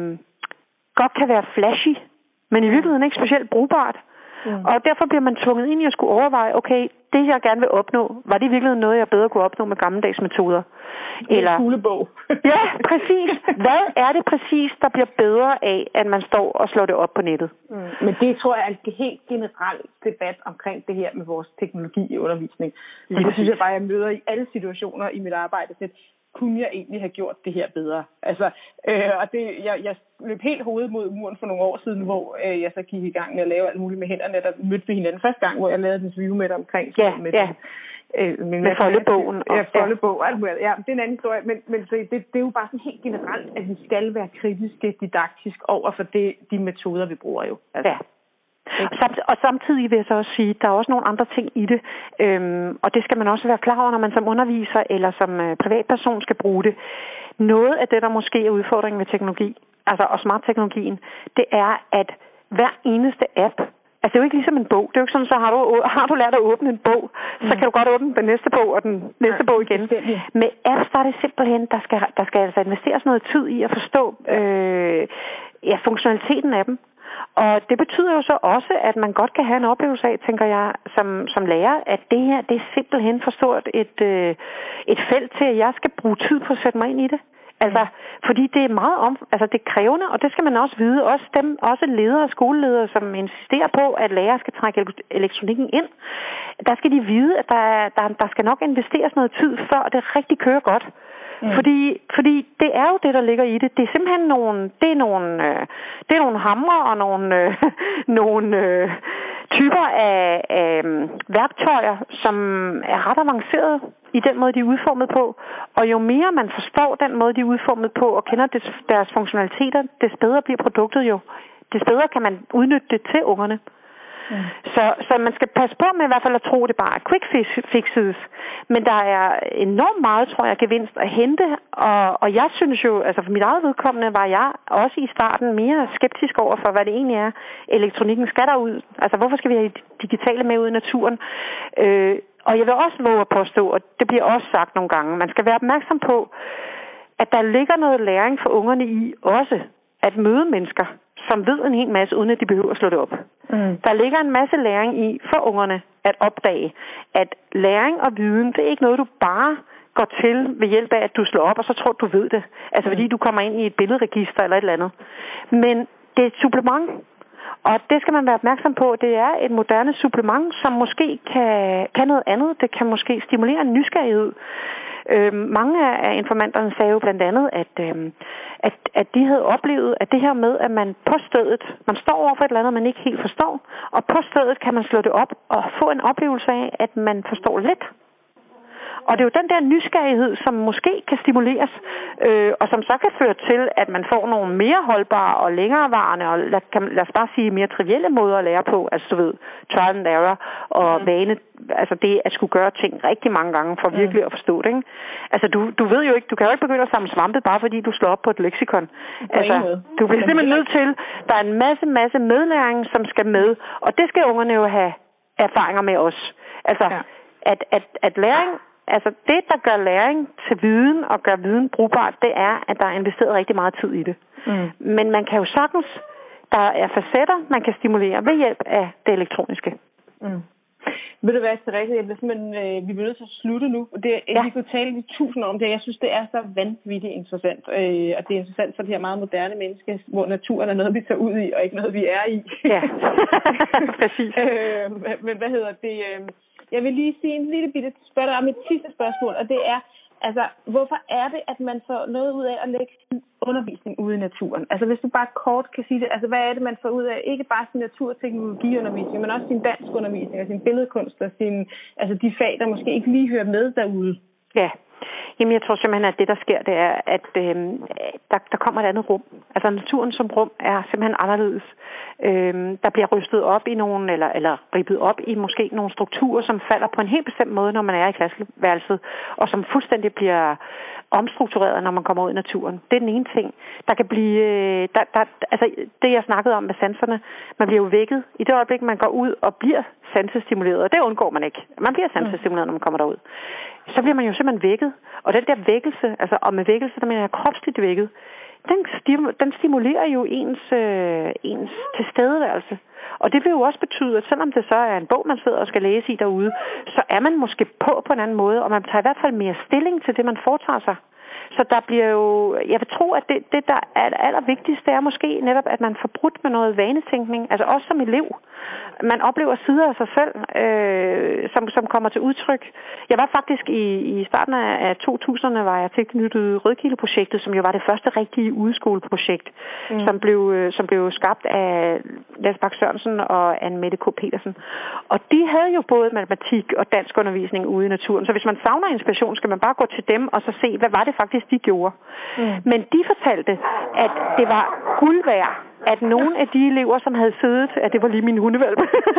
S5: godt kan være flashy, men i virkeligheden ikke specielt brugbart. Mm. Og derfor bliver man tvunget ind i at skulle overveje, okay, det jeg gerne vil opnå, var det i virkeligheden noget, jeg bedre kunne opnå med gammeldags metoder?
S1: Eller en skolebog.
S5: Ja, præcis. Hvad er det præcis, der bliver bedre af, at man står og slår det op på nettet?
S1: Mm. Men det tror jeg er en helt generel debat omkring det her med vores teknologi i undervisning. Så det synes jeg bare, jeg møder i alle situationer i mit arbejde. Så kunne jeg egentlig have gjort det her bedre? Altså, øh, og det, jeg, jeg løb helt hovedet mod muren for nogle år siden, hvor øh, jeg så gik i gang med at lave alt muligt med hænderne. Der mødte vi hinanden første gang, hvor jeg lavede en interview med dig omkring.
S5: Ja,
S1: med,
S5: ja.
S1: Øh, men
S5: med foldebogen.
S1: Ja, foldebog. Ja. ja, det er en anden historie. Men, men så det, det er jo bare sådan helt generelt, at vi skal være kritiske, didaktisk over for det, de metoder, vi bruger jo. Altså.
S5: Ja. Og samtidig vil jeg så også sige, at der er også nogle andre ting i det, øhm, og det skal man også være klar over, når man som underviser eller som øh, privatperson skal bruge det. Noget af det, der måske er udfordringen ved teknologi, altså og smartteknologien, det er, at hver eneste app, altså det er jo ikke ligesom en bog, det er jo ikke sådan, så har du, har du lært at åbne en bog, mm. så kan du godt åbne den næste bog og den næste ja, bog igen. Med apps, der er det simpelthen, der skal, der skal altså investeres noget tid i at forstå øh, ja, funktionaliteten af dem. Og det betyder jo så også, at man godt kan have en oplevelse af, tænker jeg, som, som lærer, at det her, det er simpelthen for stort et, øh, et felt til, at jeg skal bruge tid på at sætte mig ind i det. Altså, fordi det er meget om, altså det er krævende, og det skal man også vide. Også dem, også ledere og skoleledere, som insisterer på, at lærere skal trække elektronikken ind. Der skal de vide, at der, der, der skal nok investeres noget tid, før det rigtig kører godt. Mm. Fordi, fordi det er jo det, der ligger i det. Det er simpelthen nogle, det er nogle, øh, det er nogle hamre og nogle, øh, nogle øh, typer af, af værktøjer, som er ret avancerede i den måde, de er udformet på. Og jo mere man forstår den måde, de er udformet på og kender des, deres funktionaliteter, des bedre bliver produktet jo. Des bedre kan man udnytte det til ungerne. Mm. Så, så man skal passe på med i hvert fald at tro, det bare er quick fixes. Men der er enormt meget, tror jeg, gevinst at hente. Og, og jeg synes jo, altså for mit eget vedkommende, var jeg også i starten mere skeptisk over for, hvad det egentlig er, elektronikken skal derud. Altså hvorfor skal vi have digitale med ud i naturen? Øh, og jeg vil også våge at påstå, og det bliver også sagt nogle gange, man skal være opmærksom på, at der ligger noget læring for ungerne i også at møde mennesker, som ved en hel masse, uden at de behøver at slå det op. Mm. Der ligger en masse læring i for ungerne at opdage, at læring og viden, det er ikke noget, du bare går til ved hjælp af, at du slår op, og så tror du ved det. Altså mm. fordi du kommer ind i et billedregister eller et eller andet. Men det er et supplement, og det skal man være opmærksom på. Det er et moderne supplement, som måske kan, kan noget andet. Det kan måske stimulere en nysgerrighed. Øh, mange af informanterne sagde jo blandt andet, at, øh, at, at de havde oplevet, at det her med, at man på stedet, man står over for et eller andet, man ikke helt forstår, og på stedet kan man slå det op og få en oplevelse af, at man forstår lidt. Og det er jo den der nysgerrighed, som måske kan stimuleres, øh, og som så kan føre til, at man får nogle mere holdbare og længerevarende, og lad, kan, lad os bare sige mere trivielle måder at lære på. Altså du ved, trial and error og mm. vane, altså det at skulle gøre ting rigtig mange gange for virkelig mm. at forstå det. Ikke? Altså du, du ved jo ikke, du kan jo ikke begynde at samle svampe, bare fordi du slår op på et leksikon. Altså du bliver simpelthen nødt til, der er en masse, masse medlæring, som skal med, og det skal ungerne jo have erfaringer med os. Altså ja. at, at, at læring, altså det, der gør læring til viden og gør viden brugbart, det er, at der er investeret rigtig meget tid i det. Mm. Men man kan jo sagtens, der er facetter, man kan stimulere ved hjælp af det elektroniske.
S1: Mm. Ved du hvad, Therese, jeg bliver simpelthen, øh, vi bliver nødt til at slutte nu. Det, ja. Vi kunne tale i tusind om det, jeg synes, det er så vanvittigt interessant. Øh, og det er interessant for det her meget moderne menneske, hvor naturen er noget, vi tager ud i, og ikke noget, vi er i.
S5: Ja, præcis.
S1: øh, men hvad hedder det? Øh, jeg vil lige sige en lille bitte spørg dig om et sidste spørgsmål, og det er, altså, hvorfor er det, at man får noget ud af at lægge sin undervisning ude i naturen? Altså, hvis du bare kort kan sige det, altså, hvad er det, man får ud af, ikke bare sin naturteknologiundervisning, men også sin danskundervisning og sin billedkunst og sin, altså, de fag, der måske ikke lige hører med derude?
S5: Ja. Jamen, jeg tror simpelthen, at det, der sker, det er, at øh, der, der kommer et andet rum. Altså, naturen som rum er simpelthen anderledes. Øh, der bliver rystet op i nogle, eller, eller ribbet op i måske nogle strukturer, som falder på en helt bestemt måde, når man er i klasseværelset, og som fuldstændig bliver omstruktureret, når man kommer ud i naturen. Det er den ene ting. Der kan blive, der, der, altså det, jeg snakkede om med sanserne, man bliver jo vækket. I det øjeblik, man går ud og bliver sansestimuleret, og det undgår man ikke. Man bliver sansestimuleret, når man kommer derud. Så bliver man jo simpelthen vækket. Og den der vækkelse, altså og med vækkelse, der mener jeg kropsligt vækket, den, stim- den stimulerer jo ens, øh, ens tilstedeværelse. Og det vil jo også betyde, at selvom det så er en bog, man sidder og skal læse i derude, så er man måske på på en anden måde, og man tager i hvert fald mere stilling til det, man foretager sig. Så der bliver jo, jeg vil tro, at det, det der er det allervigtigste, er måske netop, at man får brudt med noget vanetænkning, altså også som elev. Man oplever sider af sig selv, øh, som, som kommer til udtryk. Jeg var faktisk i, i starten af to tusinderne, var jeg tilknyttet Rødkildeprojektet, som jo var det første rigtige udeskoleprojekt, mm. som, blev, som blev skabt af Lasse Bak Sørensen og Anne Mette K. Petersen. Og de havde jo både matematik og dansk undervisning ude i naturen, så hvis man savner inspiration, skal man bare gå til dem og så se, hvad var det faktisk, de gjorde. Mm. Men de fortalte, at det var guld værd, at nogle af de elever, som havde siddet, at det var lige min hundevalp,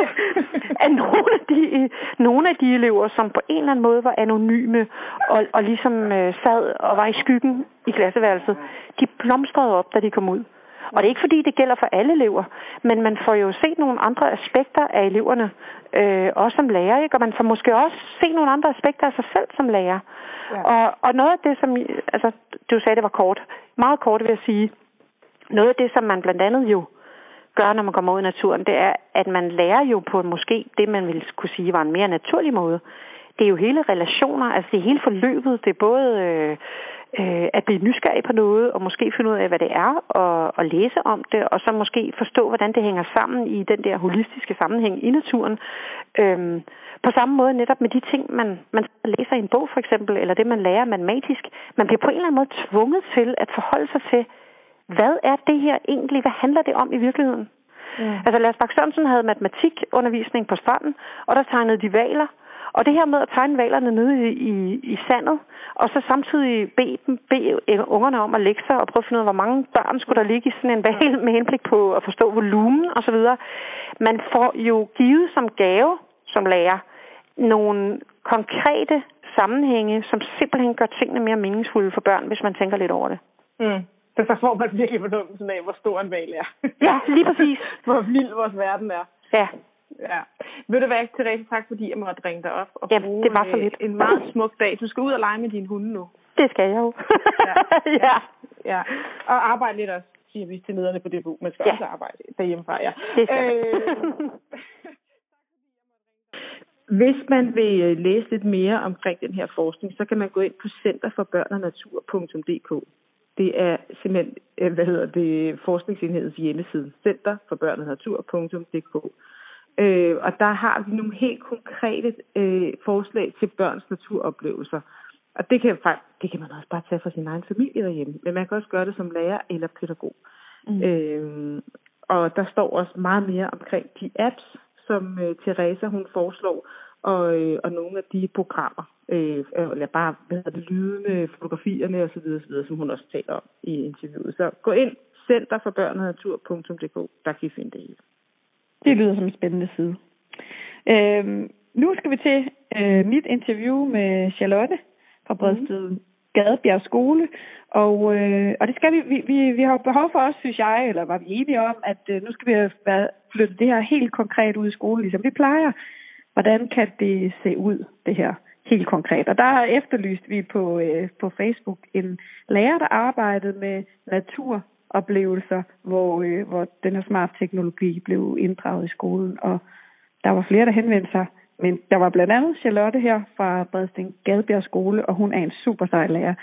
S5: at nogle af, de, nogle af de elever, som på en eller anden måde var anonyme og, og ligesom øh, sad og var i skyggen i klasseværelset, de blomstrede op, da de kom ud. Og det er ikke fordi, det gælder for alle elever, men man får jo set nogle andre aspekter af eleverne, øh, også som lærer, ikke? Og man får måske også se nogle andre aspekter af sig selv som lærer. Ja. Og, og noget af det, som, altså, du sagde, det var kort, meget kort vil jeg sige, noget af det, som man blandt andet jo gør, når man kommer ud i naturen, det er, at man lærer jo på måske det, man ville kunne sige, var en mere naturlig måde. Det er jo hele relationer, altså det er hele forløbet, det er både øh, øh, at blive nysgerrig på noget, og måske finde ud af, hvad det er, og, og læse om det, og så måske forstå, hvordan det hænger sammen i den der holistiske sammenhæng i naturen. Øhm, på samme måde netop med de ting, man, man læser i en bog for eksempel, eller det, man lærer matematisk. Man bliver på en eller anden måde tvunget til at forholde sig til, hvad er det her egentlig? Hvad handler det om i virkeligheden? Mm. Altså Lasse Bak Sørensen havde matematikundervisning på stranden, og der tegnede de valer. Og det her med at tegne valerne nede i, i, i sandet, og så samtidig bede, dem, bede ungerne om at lægge sig og prøve at finde ud af, hvor mange børn skulle der ligge i sådan en valg med henblik på at forstå volumen osv. Man får jo givet som gave, som lærer, nogle konkrete sammenhænge, som simpelthen gør tingene mere meningsfulde for børn, hvis man tænker lidt over det.
S1: Mm. Så så får man virkelig fornummelsen af, hvor stor en valg er.
S5: Ja, lige præcis.
S1: Hvor vild vores verden er.
S5: Ja.
S1: Ja. Ved du hvad, Therese, tak fordi jeg måtte ringe dig op og
S5: ja,
S1: bruge
S5: det var så lidt.
S1: en meget smuk dag. Du skal ud og lege med dine hunde nu.
S5: Det skal jeg jo.
S1: ja.
S5: ja.
S1: ja. Og arbejde lidt også, siger vi til lederne på D B U. Man skal ja. også arbejde derhjemmefra, ja.
S5: Det skal
S1: øh... Hvis man vil læse lidt mere omkring den her forskning, så kan man gå ind på center for børn og natur punktum d k. Det er simpelthen, hvad hedder det, forskningsenhedens hjemmeside, center for børn og natur punktum d k. Øh, og der har vi nogle helt konkrete øh, forslag til børns naturoplevelser. Og det kan, det kan man også bare tage fra sin egen familie derhjemme, men man kan også gøre det som lærer eller pædagog. Mm. Øh, og der står også meget mere omkring de apps, som øh, Therese hun foreslår, og, øh, og nogle af de programmer, øh, eller bare hvad hedder det, lydene, fotografierne osv., osv., som hun også taler om i interviewet. Så gå ind, center for børn og natur punktum d k, der kan I finde det hele.
S4: Det lyder som en spændende side. Øhm, nu skal vi til øh, mit interview med Charlotte fra Bredsted mm. Gadebjerg Skole, og, øh, og det skal vi, vi, vi, vi har behov for os, synes jeg, eller var vi enige om, at øh, nu skal vi have flyttet det her helt konkret ud i skolen, ligesom vi plejer. Hvordan kan det se ud, det her helt konkret? Og der efterlyste vi på, øh, på Facebook en lærer, der arbejdede med naturoplevelser, hvor, øh, hvor den her smart teknologi blev inddraget i skolen, og der var flere, der henvendte sig. Men der var blandt andet Charlotte her fra Bredsted Gadebjerg Skole, og hun er en super sej lærer.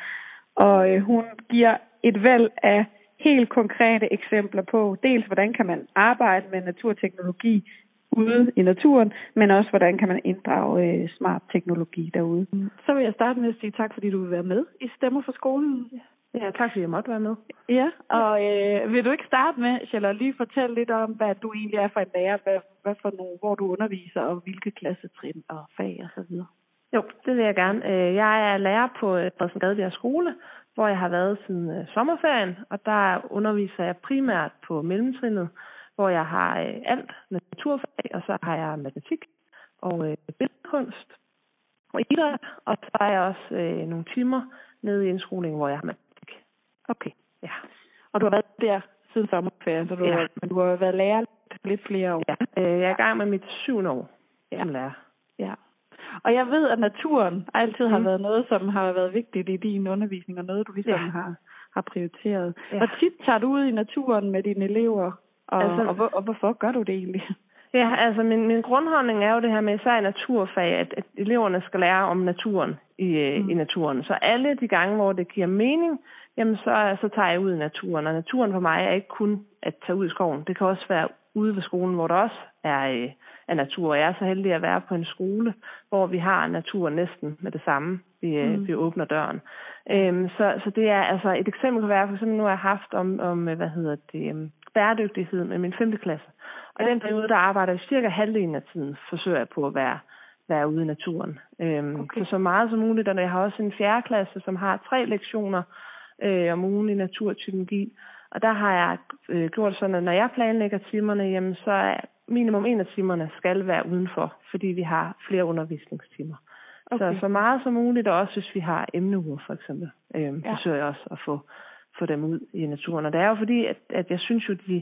S4: Og øh, hun giver et væld af helt konkrete eksempler på, dels hvordan kan man arbejde med naturteknologi ude i naturen, men også hvordan kan man inddrage øh, smart teknologi derude. Så vil jeg starte med at sige tak, fordi du vil være med i Stemmer for Skolen.
S5: Ja, tak fordi jeg måtte være med.
S4: Ja, og øh, vil du ikke starte med, Charlotte, lige fortælle lidt om, hvad du egentlig er for en lærer, hvad, hvad for nogle, hvor du underviser, og hvilke klassetrin og fag og så videre?
S6: Jo, det vil jeg gerne. Jeg er lærer på Bredsted Gadebjerg Skole, hvor jeg har været siden sommerferien, og der underviser jeg primært på mellemtrinnet, hvor jeg har alt naturfag, og så har jeg matematik og billedkunst og idræt, og så har jeg også øh, nogle timer nede i indskolingen, hvor jeg har matematik.
S4: Okay.
S6: Ja.
S4: Og du har været der siden sommerferien, så du,
S6: ja.
S4: har, men du har været lærer lidt flere år.
S6: Ja, øh, jeg er i gang med mit syvende år
S4: ja.
S6: som lærer.
S4: Ja. Og jeg ved, at naturen altid mm. har været noget, som har været vigtigt i din undervisning, og noget, du ligesom ja. har, har prioriteret. Ja. Hvor tit tager du ud i naturen med dine elever, og, altså, og, og, og hvorfor gør du det egentlig?
S6: Ja, altså min, min grundholdning er jo det her med især i naturfag, at, at eleverne skal lære om naturen i, mm. i naturen. Så alle de gange, hvor det giver mening, jamen så, så tager jeg ud i naturen. Og naturen for mig er ikke kun at tage ud i skoven. Det kan også være ude ved skolen, hvor der også er, er natur. Jeg er så heldig at være på en skole, hvor vi har natur næsten med det samme. Vi, mm. vi åbner døren. Øhm, så, så det er altså et eksempel kan være, for eksempel nu har jeg haft om, om hvad hedder det, bæredygtighed med min femte klasse. Og i den periode, der arbejder jeg cirka halvdelen af tiden, forsøger jeg på at være, være ude i naturen. Øhm, okay. Så så meget som muligt, og jeg har også en fjerde klasse, som har tre lektioner øh, om ugen i naturteknologi. Og der har jeg øh, gjort sådan, at når jeg planlægger timerne, jamen, så er minimum en af timerne skal være udenfor, fordi vi har flere undervisningstimer. Okay. Så så meget som muligt, og også hvis vi har emneuger for eksempel, øh, ja. forsøger jeg også at få, få dem ud i naturen. Og det er jo fordi, at, at jeg synes jo, de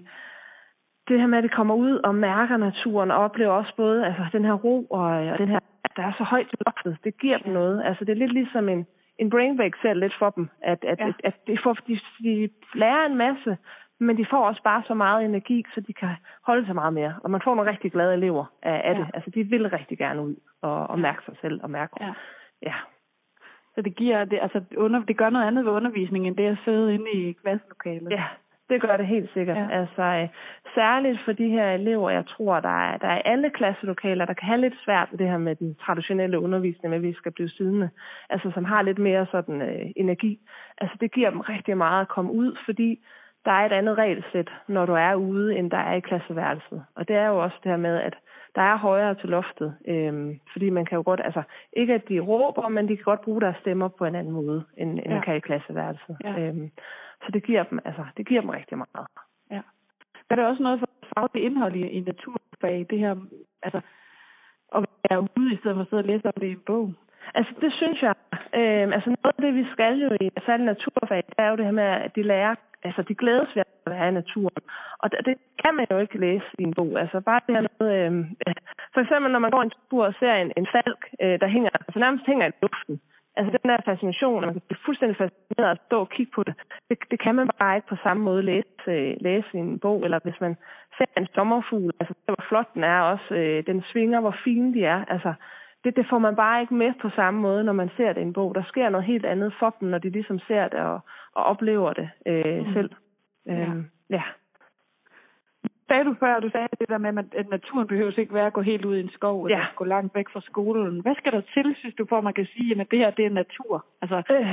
S6: det her med, at de kommer ud og mærker naturen, og oplever også både altså, den her ro og, og den her, der er så højt til loftet, det giver dem noget. Altså det er lidt ligesom en, en brainbag selv lidt for dem, at, at, ja. at, at de, får, de, de lærer en masse, men de får også bare så meget energi, så de kan holde sig meget mere. Og man får nogle rigtig glade elever af, af ja. det. Altså de vil rigtig gerne ud og, og mærke sig selv og mærke.
S4: Ja.
S6: ja.
S4: Så det giver, det, altså under, det gør noget andet ved undervisningen, end det at sidde inde i klasselokalet.
S6: Ja. Det gør det helt sikkert. Ja. Altså, øh, særligt for de her elever, jeg tror, der er, der er alle klasselokaler, der kan have lidt svært med det her med den traditionelle undervisning, med at vi skal blive siddende. Altså, som har lidt mere sådan øh, energi. Altså, det giver dem rigtig meget at komme ud, fordi der er et andet regelsæt, når du er ude, end der er i klasseværelset. Og det er jo også det her med, at der er højere til loftet, øhm, fordi man kan jo godt, altså ikke at de råber, men de kan godt bruge deres stemmer på en anden måde, end, end ja. man kan i klasseværelset. Ja. Øhm, så det giver dem, altså det giver dem rigtig meget.
S4: Ja. Er der også noget for fagligt indhold i, i naturfag, det her, altså at være ude i stedet for at sidde og læse om det i en bog?
S6: Altså det synes jeg, øh, altså noget af det vi skal jo i særligt naturfag, det er jo det her med, at de lærer, altså de glædes ved at være i naturen. Og det, det kan man jo ikke læse i en bog. Altså bare det her med, øh, for eksempel når man går en tur og ser en, en falk, øh, der hænger, altså nærmest hænger i luften. Altså den der fascination, at man kan blive fuldstændig fascineret og stå og kigge på det, det, det kan man bare ikke på samme måde læse, øh, læse i en bog. Eller hvis man ser en sommerfugl, altså hvor flot den er også, øh, den svinger, hvor fine de er, altså Det, det får man bare ikke med på samme måde, når man ser det i en bog. Der sker noget helt andet for dem, når de ligesom ser det og, og oplever det øh, mm. selv. Øh, ja. ja.
S4: Sagde du før, du sagde det der med, at naturen behøver ikke være at gå helt ud i en skov eller ja. gå langt væk fra skolen. Hvad skal der til, synes du, for at man kan sige, at det her det er natur? Altså...
S6: Øh,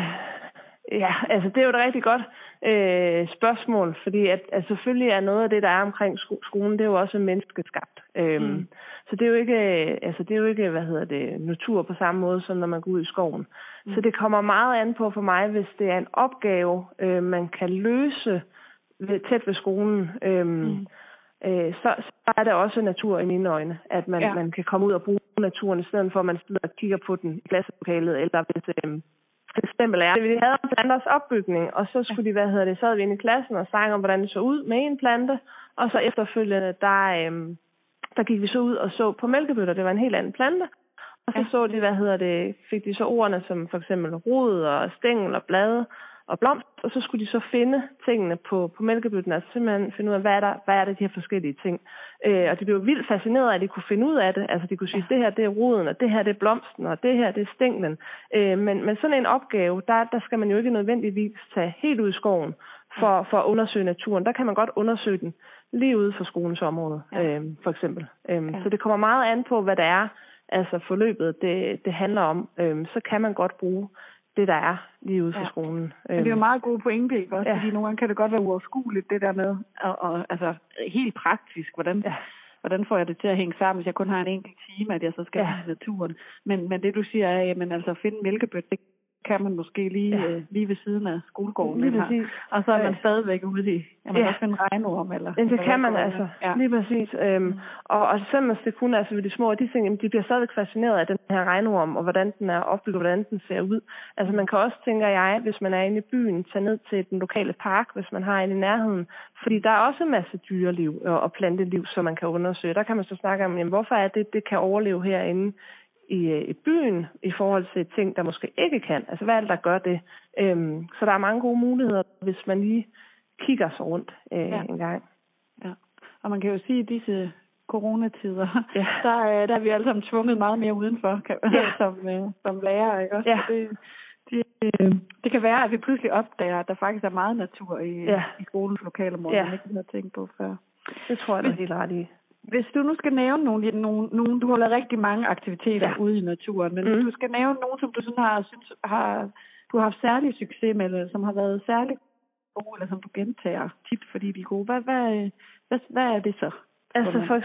S6: ja, altså det er jo et rigtig godt øh, spørgsmål, fordi at, at selvfølgelig er noget af det, der er omkring skolen, det er jo også menneskeskabt. Øhm, mm. Så det er jo ikke, altså det er jo ikke, hvad hedder det, natur på samme måde, som når man går ud i skoven. Mm. Så det kommer meget an på for mig, hvis det er en opgave, øh, man kan løse ved, tæt ved skolen. Øhm, mm. øh, så, så er det også natur i mine øjne, at man, ja. man kan komme ud og bruge naturen, i stedet for at man sidder og kigger på den i klasselokalet, eller hvis øh, for eksempel er, vi havde en planters opbygning, og så skulle de, hvad hedder det, så havde vi inde i klassen og sang om, hvordan det så ud med en plante, og så efterfølgende, der, øhm, der gik vi så ud og så på mælkebøtter, det var en helt anden plante, og så så de, hvad hedder det, fik de så ordene som for eksempel rod og stængel og blade og blomst, og så skulle de så finde tingene på, på mælkebøtten, altså simpelthen finde ud af, hvad er der, hvad er det, de her forskellige ting. Øh, og de blev vildt fascineret af, at de kunne finde ud af det. Altså de kunne sige, ja. det her det er roden, og det her det er blomsten, og det her det er stænglen. Øh, men, men sådan en opgave, der, der skal man jo ikke nødvendigvis tage helt ud i skoven for, for at undersøge naturen. Der kan man godt undersøge den lige ude for skolens område, ja. øh, for eksempel. Øh, ja. Så det kommer meget an på, hvad det er, altså forløbet det, det handler om. Øh, så kan man godt bruge det, der er lige ude for ja. skolen.
S4: Men det er jo meget gode pointe, ikke også? Ja. Fordi nogle gange kan det godt være uoverskueligt, det der med, og, og, altså helt praktisk, hvordan, ja. hvordan får jeg det til at hænge sammen, hvis jeg kun har en enkelt time, at jeg så skal ja. i naturen. Men, men det, du siger, er, jamen altså finde mælkebøtte, det kan man måske lige, ja. øh, lige ved siden af skolegården.
S6: Lige præcis.
S4: Og så er man ja. stadigvæk ude i, jamen ja. også finde regnorm. Eller,
S6: det kan man altså, ja. lige præcis. Øhm, mm. og, og selvom det kun altså ved de små, de ting, de bliver stadigvæk fascineret af den her regnorm, og hvordan den er opbygget, hvordan den ser ud. Altså man kan også, tænker jeg, hvis man er inde i byen, tage ned til den lokale park, hvis man har en i nærheden. Fordi der er også en masse dyreliv og, og planteliv, som man kan undersøge. Der kan man så snakke om, jamen, hvorfor er det, det kan overleve herinde i, i byen i forhold til ting, der måske ikke kan. Altså, hvad er det, der gør det? Øhm, så der er mange gode muligheder, hvis man lige kigger sig rundt øh, ja. en gang.
S4: Ja, og man kan jo sige, at disse coronatider, ja. der, der er vi alle sammen tvunget meget mere udenfor, kan, ja. som, øh, som lærer, ikke også?
S6: Ja.
S4: Det, det, øh, det kan være, at vi pludselig opdager, at der faktisk er meget natur i, ja. i skolens lokalområde, ja. man ikke har tænkt på før.
S6: Det tror jeg, du er helt ret i.
S4: Hvis du nu skal nævne nogle, nogle, nogle du har lavet rigtig mange aktiviteter ja. ude i naturen, men mm. hvis du skal nævne nogle, som du sådan har, synes, har, du har haft særlig succes med, eller som har været særlig gode, eller som du gentager tit, fordi de er gode, hvad, hvad, hvad, hvad er det så?
S6: Altså for,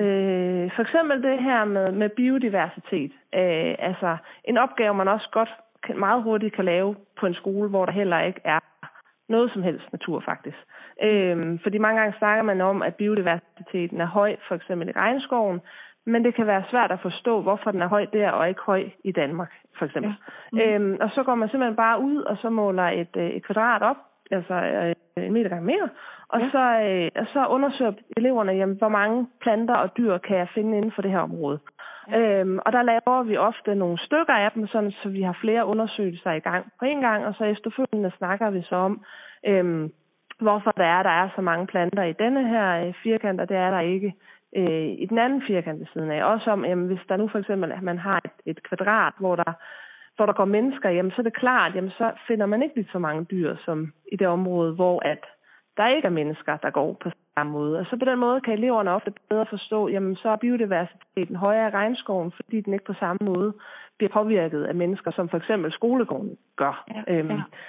S6: øh, for eksempel det her med, med biodiversitet. Øh, altså en opgave, man også godt meget hurtigt kan lave på en skole, hvor der heller ikke er noget som helst natur faktisk. Øhm, fordi mange gange snakker man om, at biodiversiteten er høj, for eksempel i regnskoven, men det kan være svært at forstå, hvorfor den er høj der og ikke høj i Danmark, for eksempel. Ja. Mm. Øhm, og så går man simpelthen bare ud, og så måler et, et kvadrat op, altså en meter gange meter, og, ja. så, øh, og så undersøger eleverne, jamen, hvor mange planter og dyr kan jeg finde inden for det her område. Ja. Øhm, og der laver vi ofte nogle stykker af dem, sådan, så vi har flere undersøgelser i gang på en gang, og så efterfølgende snakker vi så om, øhm, hvorfor der er, der er så mange planter i denne her øh, firkant, og det er der ikke øh, i den anden firkant ved siden af. Også om, jamen, hvis der nu for eksempel, at man har et, et kvadrat, hvor der, hvor der går mennesker, jamen, så er det klart, jamen, så finder man ikke lige så mange dyr som i det område, hvor at der ikke er mennesker, der går på samme måde. Og så på den måde kan eleverne ofte bedre forstå, jamen så er biodiversiteten højere i regnskoven, fordi den ikke på samme måde bliver påvirket af mennesker, som for eksempel skolegården gør. Ja, øhm,
S4: ja.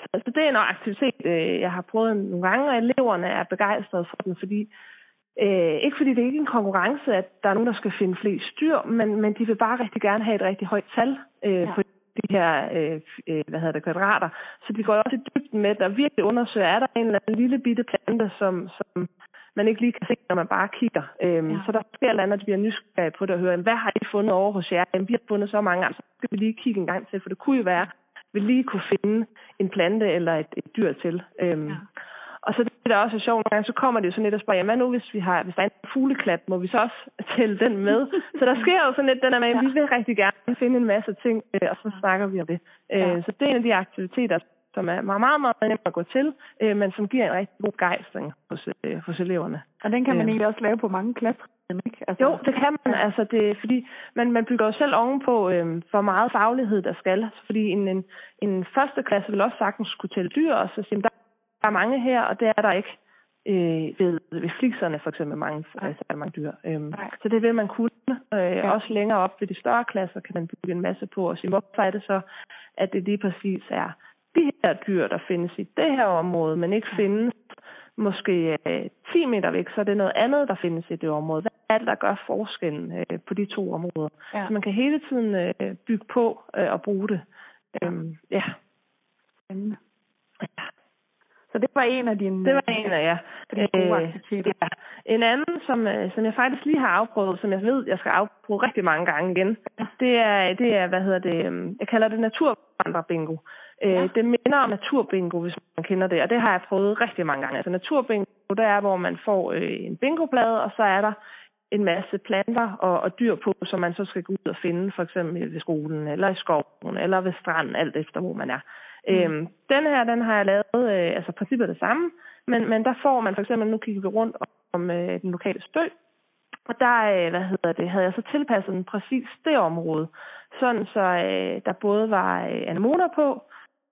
S6: Så det er en aktivitet, jeg har prøvet nogle gange, og eleverne er begejstrede for den, fordi øh, ikke fordi det ikke er en konkurrence, at der er nogen, der skal finde flest dyr, men, men de vil bare rigtig gerne have et rigtig højt tal øh, ja. på de her øh, hvad hedder det, kvadrater. Så de går også i dybden med, der virkelig undersøger, er der en eller anden lille bitte plante, som, som man ikke lige kan se, når man bare kigger. Øhm, ja. Så der sker et eller andet, at vi er nysgerrige på det og hører, hvad har I fundet over hos jer? Jamen, vi har fundet så mange, altså skal vi lige kigge en gang til, for det kunne jo være, vi lige kunne finde en plante eller et, et dyr til. Øhm, ja. Og så det, der også er sjovt, nogle gange, så kommer det jo sådan lidt og spørger, hvad nu, hvis vi har, hvis der er en fugleklat, må vi så også tælle den med? Så der sker jo sådan lidt den der med, at vi vil rigtig gerne finde en masse ting, øh, og så snakker vi om det. Øh, ja. Så det er en af de aktiviteter, som er meget, meget, meget nemt at gå til, øh, men som giver en rigtig god begejstring hos, øh, hos eleverne.
S4: Og den kan man øh. egentlig også lave på mange klasser, ikke? Altså,
S6: jo, det kan man. Altså, det, fordi man, man bygger jo selv ovenpå, øh, hvor meget faglighed der skal. Fordi en, en, en første klasse vil også sagtens kunne tælle dyr, og så sige, der er mange her, og det er der ikke øh, ved, ved flikserne, for eksempel mange, altså, er mange dyr. Øhm, så det vil man kunne. Øh, ja. Også længere op ved de større klasser kan man bygge en masse på, og sige, hvorfor er det så, at det lige præcis er de her dyr, der findes i det her område, men ikke findes måske øh, ti meter væk, så er det noget andet, der findes i det område. Hvad er det, der gør forskellen øh, på de to områder? Ja. Så man kan hele tiden øh, bygge på øh, og bruge det. Øhm, ja.
S4: ja. Så det var en af dine...
S6: Det var en af, ja.
S4: gode aktiviteter.
S6: Ja. En anden, som, som jeg faktisk lige har afprøvet, som jeg ved, jeg skal afprøve rigtig mange gange igen, det er, det er hvad hedder det, jeg kalder det naturvandrerbingo. Ja. Det minder om naturbingo, hvis man kender det, og det har jeg prøvet rigtig mange gange. Altså naturbingo, det er, hvor man får en bingoplade, og så er der en masse planter og, og dyr på, som man så skal gå ud og finde, for eksempel ved skolen, eller i skoven, eller ved stranden, alt efter hvor man er. Mm. Øhm, den her, den har jeg lavet, øh, altså princippet det samme, men, men der får man for eksempel, nu kigger vi rundt om øh, den lokale Spø, og der, øh, hvad hedder det, havde jeg så tilpasset den præcis det område, sådan så øh, der både var øh, anemoner på,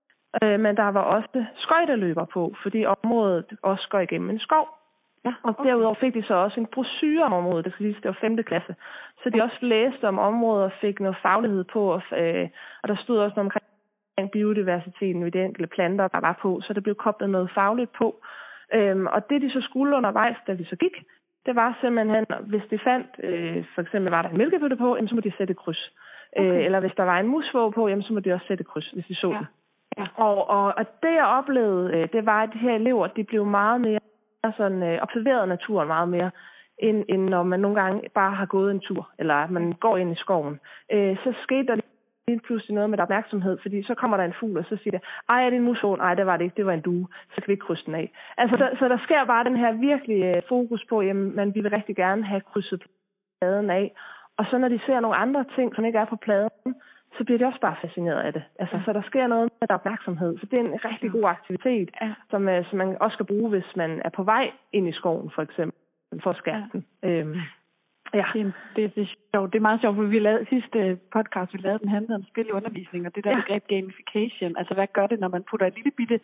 S6: øh, men der var også skøjteløber på, fordi området også går igennem en skov. Ja, okay. Og derudover fik de så også en brochure om området, det skal lige, det var femte klasse, så de også læste om området og fik noget faglighed på, og, øh, og der stod også noget omkring biodiversiteten ved de enkelte planter, der var på, så det blev koblet noget fagligt på. Øhm, og det, de så skulle undervejs, da vi så gik, det var simpelthen, hvis de fandt, øh, for eksempel var der en mælkebøtte på, jamen, så må de sætte kryds. Okay. Øh, eller hvis der var en musvåge på, jamen, så må de også sætte kryds, hvis de så ja. den. Ja. Og, og, og det, jeg oplevede, øh, det var, at de her elever, de blev meget mere sådan, øh, observeret naturen meget mere, end, end når man nogle gange bare har gået en tur, eller man går ind i skoven. Øh, så skete der pludselig noget med der opmærksomhed, fordi så kommer der en fugl, og så siger det, ej, er det en musvåge? Nej, det var det ikke, det var en due, så kan vi ikke krydse den af. Altså, der, så der sker bare den her virkelig uh, fokus på, jamen, man vil rigtig gerne have krydset pladen af, og så når de ser nogle andre ting, som ikke er på pladen, så bliver de også bare fascineret af det. Altså, ja. Så der sker noget med der opmærksomhed, så det er en rigtig god aktivitet, ja. som, uh, som man også skal bruge, hvis man er på vej ind i skoven, for eksempel, for at skærpe den. Ja. Øhm,
S4: Ja, det, det, det er sjovt. Det er meget sjovt, for vi lavede sidste podcast, vi lavede, den handlede om spil i undervisning, og det der ja. begreb gamification. Altså, hvad gør det, når man putter et lille bitte,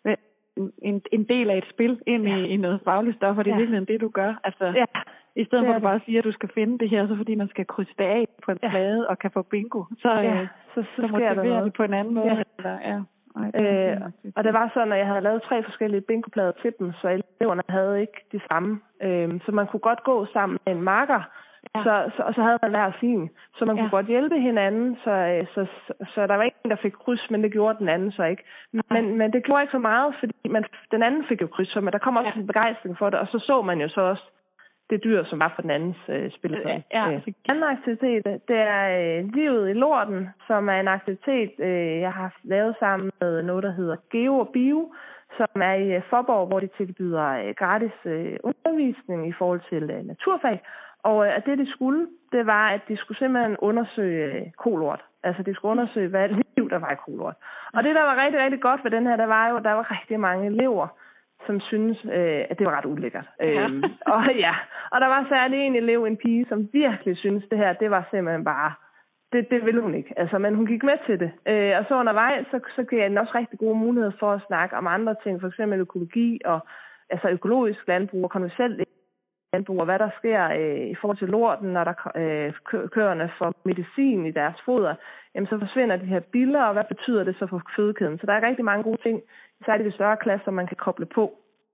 S4: en, en del af et spil ind ja. i, i noget fagligt stof, og det er ja. virkelig det, du gør. Altså, ja. i stedet for at du bare siger, at du skal finde det her, så fordi man skal krydse det af på en ja. plade og kan få bingo, så, ja. så, så, så motiverer det på en anden måde. Ja. Eller, ja. Ej, det øh,
S6: og det var sådan, at jeg havde lavet tre forskellige bingoplader til dem, så eleverne havde ikke de samme. Øh, så man kunne godt gå sammen med en marker, ja. så, så, og så havde man hver sin. Så man ja. kunne godt hjælpe hinanden, så, så, så, så der var ikke en, der fik kryds, men det gjorde den anden så ikke. Men, men det gjorde ikke så meget, fordi man, den anden fik jo kryds, så der kom også ja. en begejstring for det, og så så man jo så også det dyr, som var for den andens øh, spilleplade. Ja, ja. Den anden aktivitet, det er øh, Livet i Lorten, som er en aktivitet, øh, jeg har lavet sammen med noget, der hedder Geo og Bio, som er i øh, Faaborg, hvor de tilbyder øh, gratis øh, undervisning i forhold til øh, naturfag. Og øh, det, de skulle, det var, at de skulle simpelthen undersøge øh, kolort. Altså, de skulle undersøge, hvad liv der var i kolort. Og det, der var rigtig, rigtig godt ved den her, der var jo, at der var rigtig mange elever, som synes, øh, at det var ret ulækkert. Ja. Øhm, og ja, og der var særlig en elev, en pige, som virkelig synes det her, det var simpelthen bare, det, det ville hun ikke. Altså, men hun gik med til det. Øh, og så undervejs, så, så gav den også rigtig gode muligheder for at snakke om andre ting, for eksempel økologi og altså økologisk landbrug og konventionelt landbrug, og hvad der sker øh, i forhold til lorten, når der øh, køerne får medicin i deres foder, jamen så forsvinder de her biller, og hvad betyder det så for fødekæden? Så der er rigtig mange gode ting, særligt i større klasser, man kan koble på.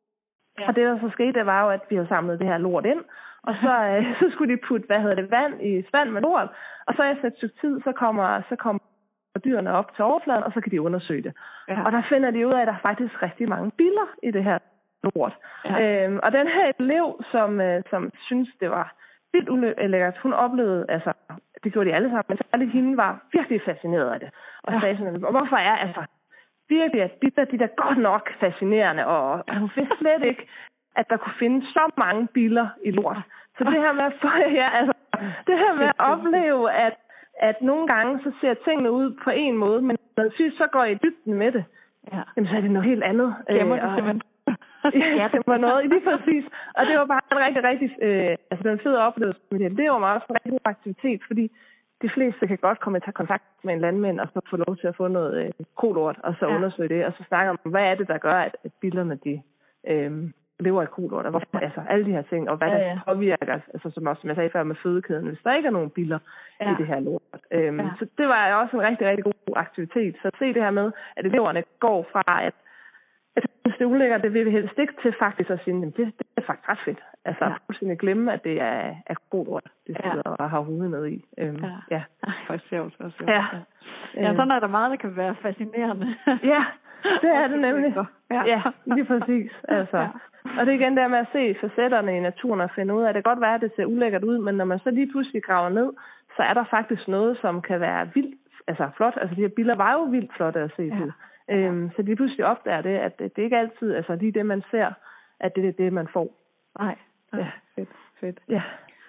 S6: Ja. Og det, der så skete, det var jo, at vi havde samlet det her lort ind, og så, øh, så skulle de putte, hvad hedder det, vand i spand med lort, og så efter et stykke tid, så kommer, så kommer dyrene op til overfladen, og så kan de undersøge det. Ja. Og der finder de ud af, at der er faktisk rigtig mange biller i det her lort. Ja. Øhm, og den her elev, som, øh, som synes, det var vildt ulækkert, hun oplevede, altså, det gjorde de alle sammen, men særligt hende var virkelig fascineret af det. Og ja. sagde sådan, og hvorfor er, altså, virkelig, at biller, de der godt nok fascinerende, og, og hun vidste slet ikke, at der kunne findes så mange biller i lort. Så det her med at, ja, altså, det her med at opleve, at at nogle gange så ser tingene ud på en måde, men når det synes, så går I i dybden med det, ja. Jamen, så er det noget helt andet.
S4: Gemmer det simpelthen.
S6: Ja, det var noget, lige præcis. Og det var bare en rigtig, rigtig, øh, altså den fede oplevelse med det. Det var meget også en rigtig god aktivitet, fordi de fleste kan godt komme til kontakt med en landmand, og så få lov til at få noget øh, kolort, og så ja. undersøge det, og så snakke om, hvad er det, der gør, at, at billerne, de øh, lever i kolort, og hvorfor, altså alle de her ting, og hvad ja, ja. der påvirker, altså som også, som jeg sagde før med fødekæden, hvis der ikke er nogen biller ja. i det her lort. Øhm, ja. Så det var også en rigtig, rigtig god aktivitet. Så at se det her med, at eleverne går fra, at jeg synes, det er ulækkert, det vil vi helst ikke til faktisk at sige, det, det er faktisk ret fedt. Altså ja. fuldstændig glemme, at det er, er kolort, det sidder ja. og har hovedet med i. Øhm, ja. ja.
S4: Faktisk sjovt også.
S6: Ja.
S4: Ja, sådan er der meget, der kan være fascinerende.
S6: Ja, det er det nemlig. Ja, ja lige præcis. Altså. Ja. Og det er igen der med at se facetterne i naturen og finde ud af, at det kan godt være, at det ser ulækkert ud, men når man så lige pludselig graver ned, så er der faktisk noget, som kan være vildt, altså flot. Altså de her billeder var jo vildt flotte at se på. Ja. Øhm, så lige pludselig opdager det, at det, det ikke altid, altså lige det, man ser, at det er det, man får.
S4: Nej, ja. Fedt, fedt.
S6: Ja.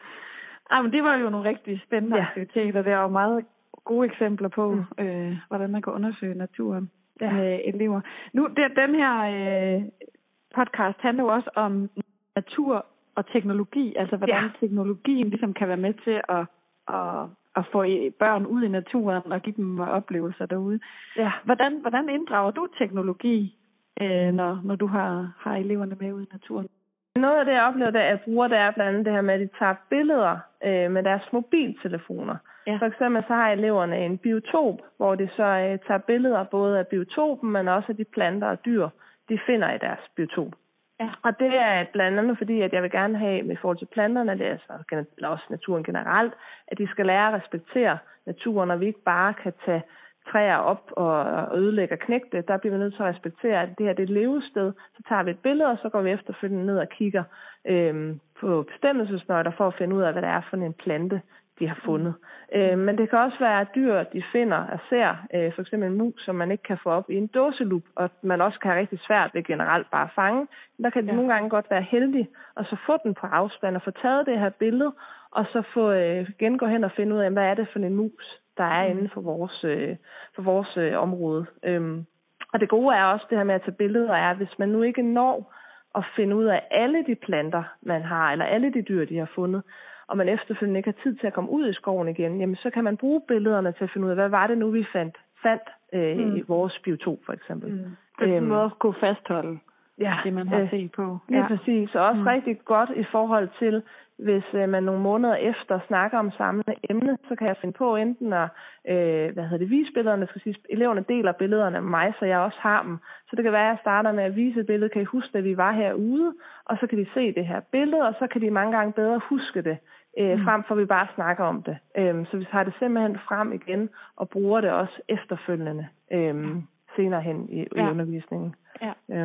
S4: Ej, men det var jo nogle rigtig spændende ja. aktiviteter. Der er jo meget gode eksempler på, mm. øh, hvordan man kan undersøge naturen ja. med elever. Nu, det, den her øh, podcast handler jo også om natur og teknologi, altså hvordan ja. teknologien ligesom kan være med til at, at, at få børn ud i naturen og give dem oplevelser derude. Ja. Hvordan, hvordan inddrager du teknologi, øh, når, når du har, har eleverne med ud i naturen?
S6: Noget af det, jeg oplever, at jeg bruger, det er blandt andet det her med, at de tager billeder øh, med deres mobiltelefoner. Ja. For eksempel så har eleverne en biotop, hvor de så øh, tager billeder både af biotopen, men også af de planter og dyr, de finder i deres biotop. Ja. Og det er blandt andet fordi, at jeg vil gerne have med forhold til planterne, det er altså, eller også naturen generelt, at de skal lære at respektere naturen, og vi ikke bare kan tage træer op og ødelægge og knække det. Der bliver vi nødt til at respektere, at det her det er et levested. Så tager vi et billede, og så går vi efterfølgende ned og kigger øhm, på bestemmelsesnøgler for at finde ud af, hvad det er for en plante, de har fundet. Mm. Øh, men det kan også være dyr, de finder og ser, øh, for eksempel en mus, som man ikke kan få op i en dåselup, og man også kan have rigtig svært ved generelt bare at fange. Der kan det ja. nogle gange godt være heldig at så få den på afstand og få taget det her billede, og så få øh, igen gå hen og finde ud af, hvad er det for en mus, der er inden for vores, øh, for vores øh, område. Øhm, og det gode er også det her med at tage billeder, er, hvis man nu ikke når at finde ud af alle de planter, man har, eller alle de dyr, de har fundet, og man efterfølgende ikke har tid til at komme ud i skoven igen, jamen så kan man bruge billederne til at finde ud af, hvad var det nu, vi fandt, fandt øh, mm. i vores biotop, for eksempel. Mm.
S4: Det øhm, må også kunne fastholde ja, det, man har øh, set på.
S6: Ja, ja. præcis. Og også mm. rigtig godt i forhold til, hvis øh, man nogle måneder efter snakker om samme emne, så kan jeg finde på enten at øh, hvad hedder det, vise billederne. Skal sige, eleverne deler billederne med mig, så jeg også har dem. Så det kan være, at jeg starter med at vise et billede. Kan I huske, at vi var herude? Og så kan de se det her billede, og så kan de mange gange bedre huske det, øh, mm. frem for at vi bare snakker om det. Øh, så vi har det simpelthen frem igen, og bruger det også efterfølgende øh, senere hen i, ja. i undervisningen. Ja. Øh.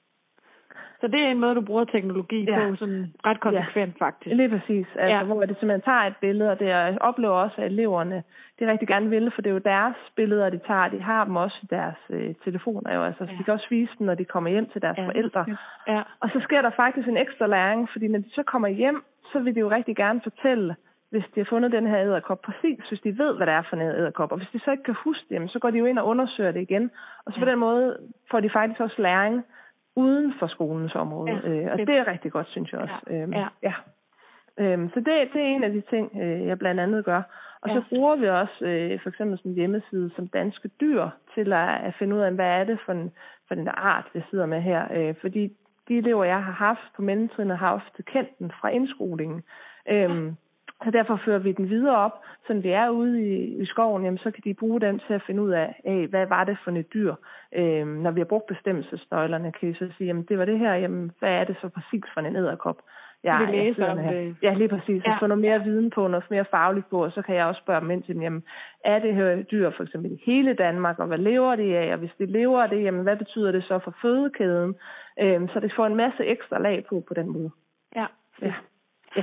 S4: Så det er en måde, du bruger teknologi ja. på, sådan ret konsekvent ja. faktisk.
S6: Lige præcis. Altså, ja. Hvor det simpelthen tager et billede, og det jeg oplever også, at eleverne de rigtig gerne vil, for det er jo deres billeder, de tager. De har dem også i deres øh, telefoner. Jo. Altså, ja. De kan også vise dem, når de kommer hjem til deres ja. forældre. Ja. Og så sker der faktisk en ekstra læring, fordi når de så kommer hjem, så vil de jo rigtig gerne fortælle, hvis de har fundet den her edderkop, præcis hvis de ved, hvad det er for en edderkop. Og hvis de så ikke kan huske dem, så går de jo ind og undersøger det igen. Og så ja. på den måde får de faktisk også læring uden for skolens område. Ja, øh, og det er rigtig godt, synes jeg også. Ja. Øhm, ja. Ja. Øhm, så det, det er en af de ting, øh, jeg blandt andet gør. Og ja. så bruger vi også øh, for eksempel sådan en hjemmeside som Danske Dyr til at, at finde ud af, hvad er det for en, for en art, vi sidder med her. Øh, fordi de elever, jeg har haft på mellemtrinnet, har ofte kendt den fra indskolingen. Øhm, så derfor fører vi den videre op, så når de er ude i, i skoven, jamen, så kan de bruge den til at finde ud af, hey, hvad var det for et dyr. Øhm, når vi har brugt bestemmelsesnøglerne, kan vi så sige, jamen det var det her, jamen hvad er det så præcis for en edderkop?
S4: Ja, vi læser om det.
S6: Ja, lige præcis. Ja. At få noget mere viden på, noget mere fagligt på, og så kan jeg også spørge dem ind til, jamen, er det her dyr for eksempel i hele Danmark, og hvad lever de af? Og hvis de lever af det, jamen, hvad betyder det så for fødekæden? Øhm, så det får en masse ekstra lag på på den måde.
S4: Ja.
S6: Ja. Ja.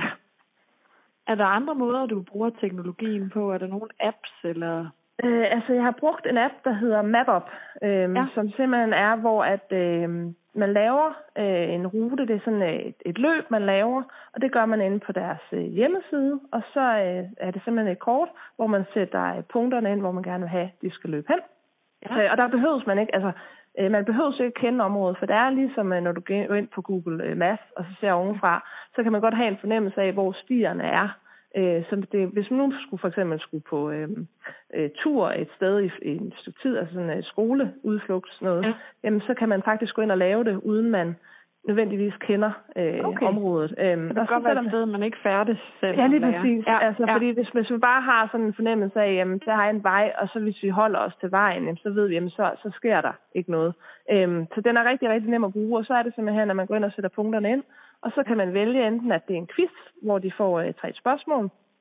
S4: Er der andre måder, du bruger teknologien på? Er der nogle apps, eller...
S6: Øh, altså, jeg har brugt en app, der hedder MapUp, øh, ja. som simpelthen er, hvor at, øh, man laver øh, en rute. Det er sådan et, et løb, man laver, og det gør man inde på deres øh, hjemmeside. Og så øh, er det simpelthen et kort, hvor man sætter øh, punkterne ind, hvor man gerne vil have, de skal løbe hen. Ja. Øh, og der behøves man ikke, altså, øh, man behøver ikke kende området, for det er ligesom, øh, når du går ind på Google øh, Maps, og så ser ovenfra, så kan man godt have en fornemmelse af, hvor stierne er. Øh, så det, hvis man nu skulle for eksempel skulle på øh, øh, tur et sted i, i et stykke tid, altså sådan en skoleudflugt, sådan noget, ja. jamen, så kan man faktisk gå ind og lave det, uden man nødvendigvis kender øh, okay. området.
S4: Øhm, det kan godt være et sted, man ikke færdes selv.
S6: Ja, lige præcis. Ja. Altså,
S4: ja.
S6: Fordi hvis, hvis vi bare har sådan en fornemmelse af, jamen, der er en vej, og så hvis vi holder os til vejen, jamen, så ved vi, jamen, så, så sker der ikke noget. Øhm, så den er rigtig, rigtig nem at bruge, og så er det simpelthen, at man går ind og sætter punkterne ind, og så kan man vælge enten, at det er en quiz, hvor de får øh, tre spørgsmål,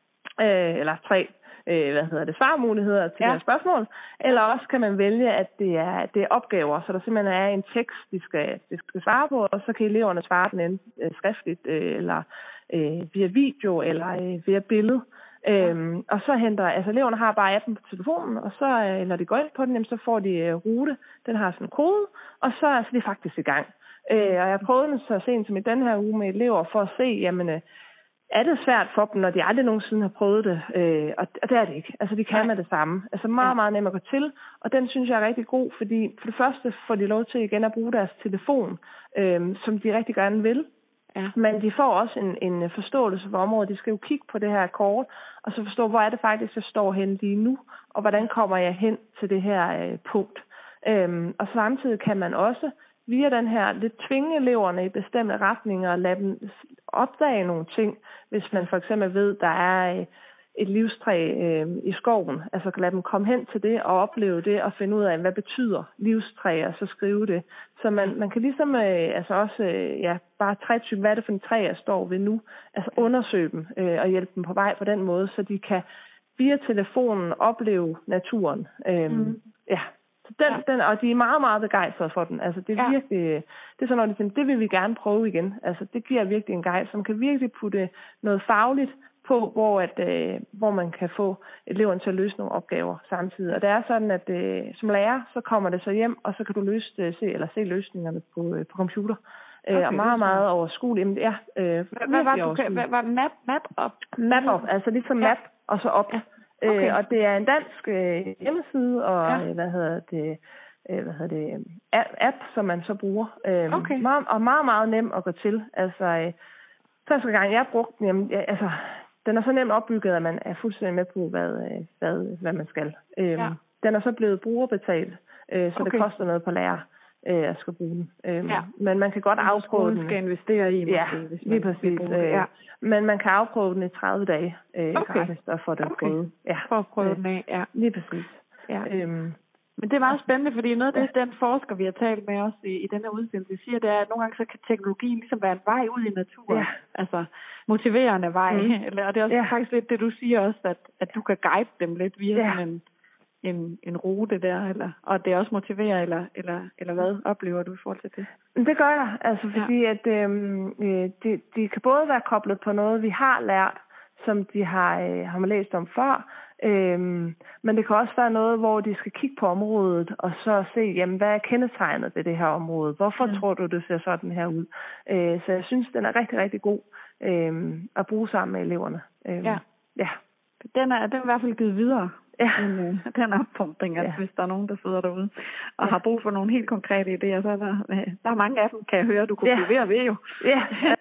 S6: øh, eller tre øh, hvad hedder det, svarmuligheder til ja. deres spørgsmål, eller også kan man vælge, at det er, det er opgaver, så der simpelthen er en tekst, de skal, de skal svare på, og så kan eleverne svare den enten øh, skriftligt, øh, eller øh, via video, eller øh, via billede. Øhm, og så henter, altså eleverne har bare appen på telefonen, og så øh, når de går ind på den, jamen, så får de øh, rute, den har sådan en kode, og så er de faktisk i gang. Øh, og jeg prøvede den så sent som i den her uge med elever for at se, jamen, øh, er det svært for dem, når de aldrig nogensinde har prøvet det? Øh, og, og det er det ikke. Altså, de kan med det samme. Altså, meget, meget nemt at gå til. Og den synes jeg er rigtig god, fordi for det første får de lov til igen at bruge deres telefon, øh, som de rigtig gerne vil. Ja. Men de får også en, en forståelse for området. De skal jo kigge på det her kort, og så forstå, hvor er det faktisk, jeg står hen lige nu, og hvordan kommer jeg hen til det her øh, punkt. Øh, og samtidig kan man også via den her lidt tvinge eleverne i bestemte retninger og lade dem opdage nogle ting, hvis man for eksempel ved, der er et livstræ øh, i skoven. Altså kan lade dem komme hen til det og opleve det og finde ud af, hvad betyder livstræ, og så skrive det. Så man, man kan ligesom øh, altså også øh, ja, bare trætype, hvad er det for en træ, jeg står ved nu. Altså undersøge dem øh, og hjælpe dem på vej på den måde, så de kan via telefonen opleve naturen. Øh, mm. Ja. Så den, ja. den, og de er meget, meget begejstrede for den. Altså, det er ja. virkelig, det er sådan noget, de siger, det vil vi gerne prøve igen. Altså, det giver virkelig en guide, som kan virkelig putte noget fagligt på, hvor, at, øh, hvor man kan få eleverne til at løse nogle opgaver samtidig. Og det er sådan, at øh, som lærer, så kommer det så hjem, og så kan du løse det, se, eller se løsningerne på, øh, på computer. Okay, øh, og meget, meget overskueligt. Ja, øh,
S4: hvad var det? Hvad var map, map op?
S6: Map op, altså ligesom ja. map, og så op. Ja. Okay. Øh, og det er en dansk øh, hjemmeside, og ja. hvad hedder det, øh, hvad hedder det, app, som man så bruger. Øh, okay. meget, og meget, meget nem at gå til. Altså, øh, første gang jeg brugte den, jamen, ja, altså, den er så nemt opbygget, at man er fuldstændig med på, hvad, øh, hvad, hvad man skal. Øh, ja. Den er så blevet brugerbetalt, øh, så okay. det koster noget per lærer øh, at skal bruge den. Øh, ja. Men man kan godt afprøve den.
S4: Man skal investere i,
S6: ja,
S4: hvis
S6: lige præcis. Øh, ja. Men man kan afprøve den i tredive dage øh,
S4: okay.
S6: gratis, og få den
S4: okay.
S6: prøvet. Ja.
S4: For at prøve øh, den af, ja.
S6: Lige præcis.
S4: Ja. Øhm, Men det er meget spændende, fordi noget af det, den forsker, vi har talt med os i, i denne udsendelse, siger, det er, at nogle gange så kan teknologien ligesom være en vej ud i naturen. Ja. Altså motiverende vej. Mm. Og det er også ja. faktisk lidt det, du siger også, at, at du kan guide dem lidt via ja. sådan en, en, en rute der, eller, og det er også motiverer, eller, eller, eller hvad oplever du i forhold til det?
S6: Det gør jeg, altså fordi ja. at øhm, øh, de, de kan både være koblet på noget, vi har lært, som de har, øh, har man læst om før, øhm, men det kan også være noget, hvor de skal kigge på området, og så se, jamen, hvad er kendetegnet ved det her område? Hvorfor ja. tror du, det ser sådan her ud? Øh, så jeg synes, den er rigtig, rigtig god øh, at bruge sammen med eleverne. Øh,
S4: ja.
S6: ja.
S4: Den er, den er i hvert fald givet videre. Ja. Den, øh, den opfordring, at ja. hvis der er nogen, der sidder derude og ja. har brug for nogle helt konkrete idéer, så er der, der er mange af dem, kan jeg høre, du kunne ja. blive ved ved jo.
S6: Ja.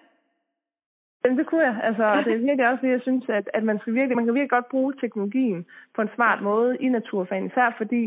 S6: Men det kunne jeg. Altså, det er virkelig også det, jeg synes, at, at man, skal virkelig, man kan virkelig godt bruge teknologien på en smart måde i naturfagene, især fordi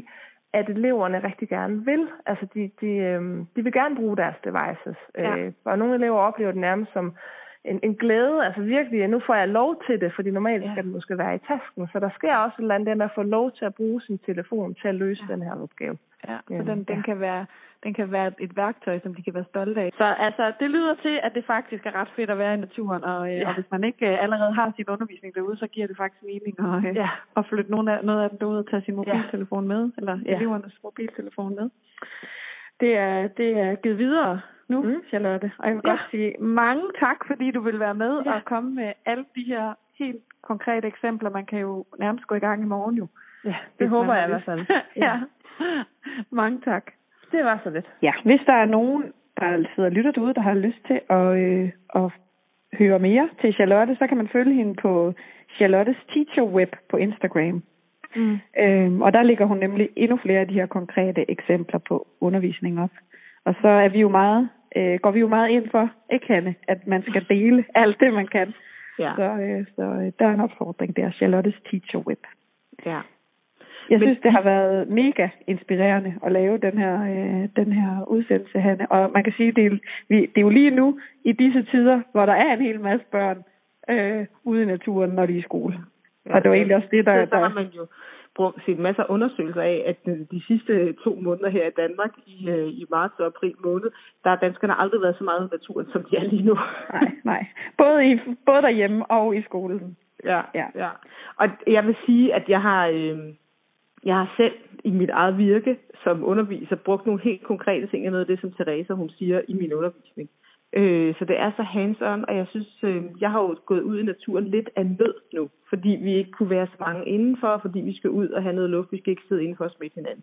S6: at eleverne rigtig gerne vil. Altså, de, de, øh, de vil gerne bruge deres devices.
S4: Ja.
S6: Øh, og nogle elever oplever det nærmest som en, en glæde. Altså virkelig, at nu får jeg lov til det, fordi normalt ja. skal den måske være i tasken. Så der sker også et eller andet med at få lov til at bruge sin telefon til at løse ja. den her opgave.
S4: Ja, så den, den, ja. kan være, den kan være et værktøj, som de kan være stolte af. Så altså, det lyder til, at det faktisk er ret fedt at være i naturen, og, ja. og hvis man ikke uh, allerede har sin undervisning derude, så giver det faktisk mening at, uh, ja. at flytte nogle af, noget af den derude og tage sin mobiltelefon ja. med, eller ja. elevernes mobiltelefon med. Det er, det er givet videre nu, mm. Charlotte, og jeg vil ja. godt sige mange tak, fordi du vil være med ja. og komme med alle de her helt konkrete eksempler. Man kan jo nærmest gå i gang i morgen jo.
S6: Ja, det håber jeg i hvert fald.
S4: ja. ja. Mange tak.
S6: Det var så lidt.
S4: Ja, hvis der er nogen, der sidder og lytter derude, der har lyst til at, øh, at høre mere til Charlotte, så kan man følge hende på Charlottes Teacher Web på Instagram. Mm. Øhm, og der ligger hun nemlig endnu flere af de her konkrete eksempler på undervisning op. Og så er vi jo meget, øh, går vi jo meget ind for, ikke Hanne, at man skal dele alt det, man kan. Ja. Så, øh, så øh, der er en opfordring der, Charlottes Teacher Web.
S3: Ja.
S4: Jeg synes, det har været mega inspirerende at lave den her, øh, den her udsendelse, Hanne. Og man kan sige, det er, vi, det er jo lige nu, i disse tider, hvor der er en hel masse børn øh, ude i naturen, når de er i skole. Ja, og det var egentlig også det, der...
S3: Så har man jo brugt set masser af undersøgelser af, at de sidste to måneder her i Danmark, i, øh, i marts og april måned, der har danskerne aldrig været så meget i naturen, som de er lige nu.
S4: Nej, nej. Både, i, både derhjemme og i skolen.
S3: Ja, ja, ja. Og jeg vil sige, at jeg har... Øh, Jeg har selv i mit eget virke som underviser brugt nogle helt konkrete ting af noget af det, som Teresa hun siger i min undervisning. Øh, så det er så hands-on, og jeg synes, øh, jeg har jo gået ud i naturen lidt af nød nu, fordi vi ikke kunne være så mange indenfor, fordi vi skal ud og have noget luft, vi skal ikke sidde indenfor og smitte hinanden.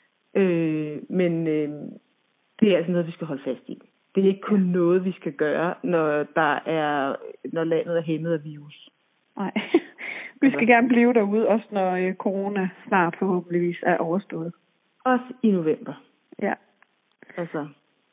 S3: Øh, men øh, det er altså noget, vi skal holde fast i. Det er ikke kun noget, vi skal gøre, når der er, når landet er hæmmet af virus.
S4: Nej. Vi skal gerne blive derude, også når corona snart forhåbentligvis er overstået.
S3: Også i november.
S4: Ja.
S3: Altså.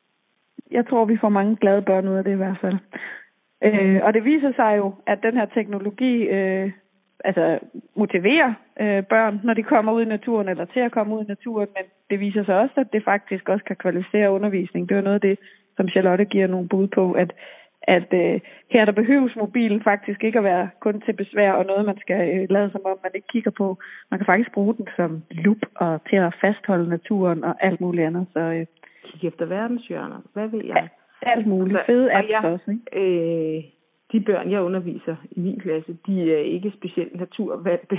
S4: Jeg tror, vi får mange glade børn ud af det i hvert fald. Øh, og det viser sig jo, at den her teknologi øh, altså motiverer øh, børn, når de kommer ud i naturen, eller til at komme ud i naturen. Men det viser sig også, at det faktisk også kan kvalificere undervisning. Det er noget af det, som Charlotte giver nogle bud på, at at øh, her der behøves mobilen faktisk ikke at være kun til besvær og noget, man skal øh, lade som om, man ikke kigger på. Man kan faktisk bruge den som lup og til at fastholde naturen og alt muligt andet. Så øh,
S3: kig efter verdenshjørner. Hvad ved jeg?
S4: Ja, alt muligt. Altså, fede apps
S3: jeg,
S4: også, ikke?
S3: Øh, de børn, jeg underviser i min klasse, de er ikke specielt naturvandte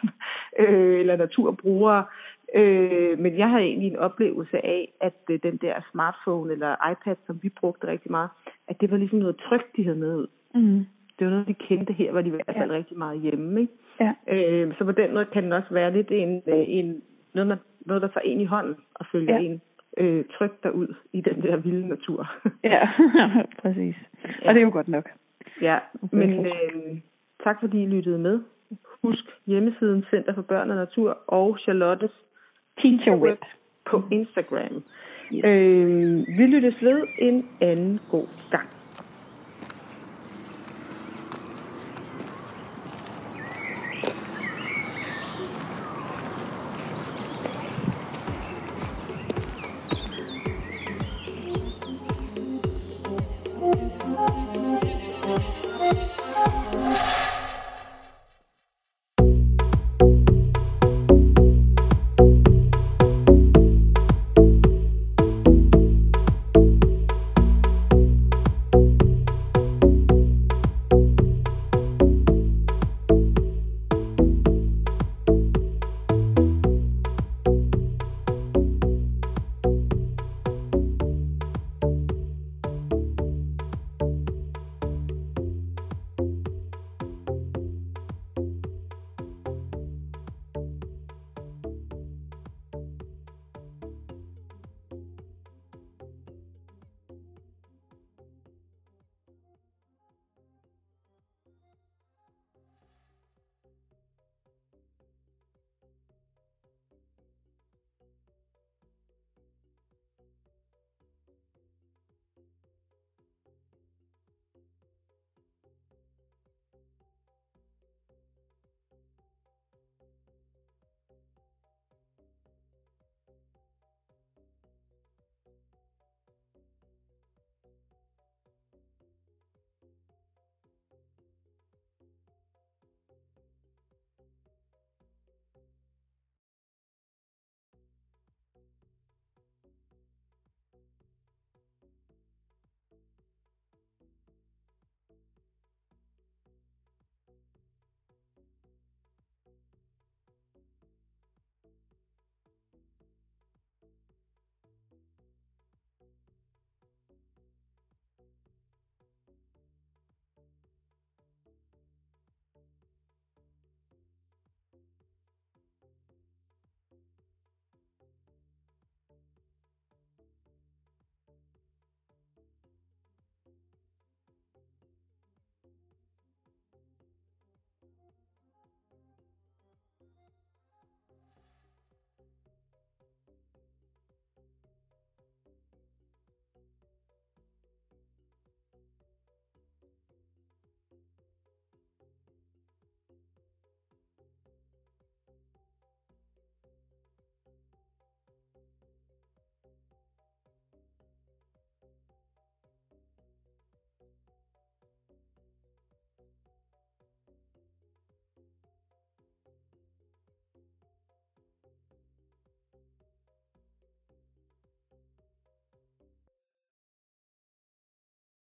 S3: øh, eller naturbrugere. Øh, men jeg havde egentlig en oplevelse af, at øh, den der smartphone eller iPad, som vi brugte rigtig meget, at det var ligesom noget trygt, de havde med ud. Mm. Det var noget, de kendte her, hvor de var i hvert fald ja. rigtig meget hjemme. Ikke?
S4: Ja.
S3: Øh, så på den måde kan den også være lidt en, en, noget, man, noget, der tager en i hånden og følger ja. en øh, trygt derud i den der vilde natur.
S4: Ja, præcis. Ja. Og det er jo godt nok.
S3: Ja, men øh, tak fordi I lyttede med. Husk hjemmesiden Center for Børn og Natur og Charlottes
S4: Teacher Web
S3: på Instagram. Yes. Øh, vi lyttes ved en anden god gang.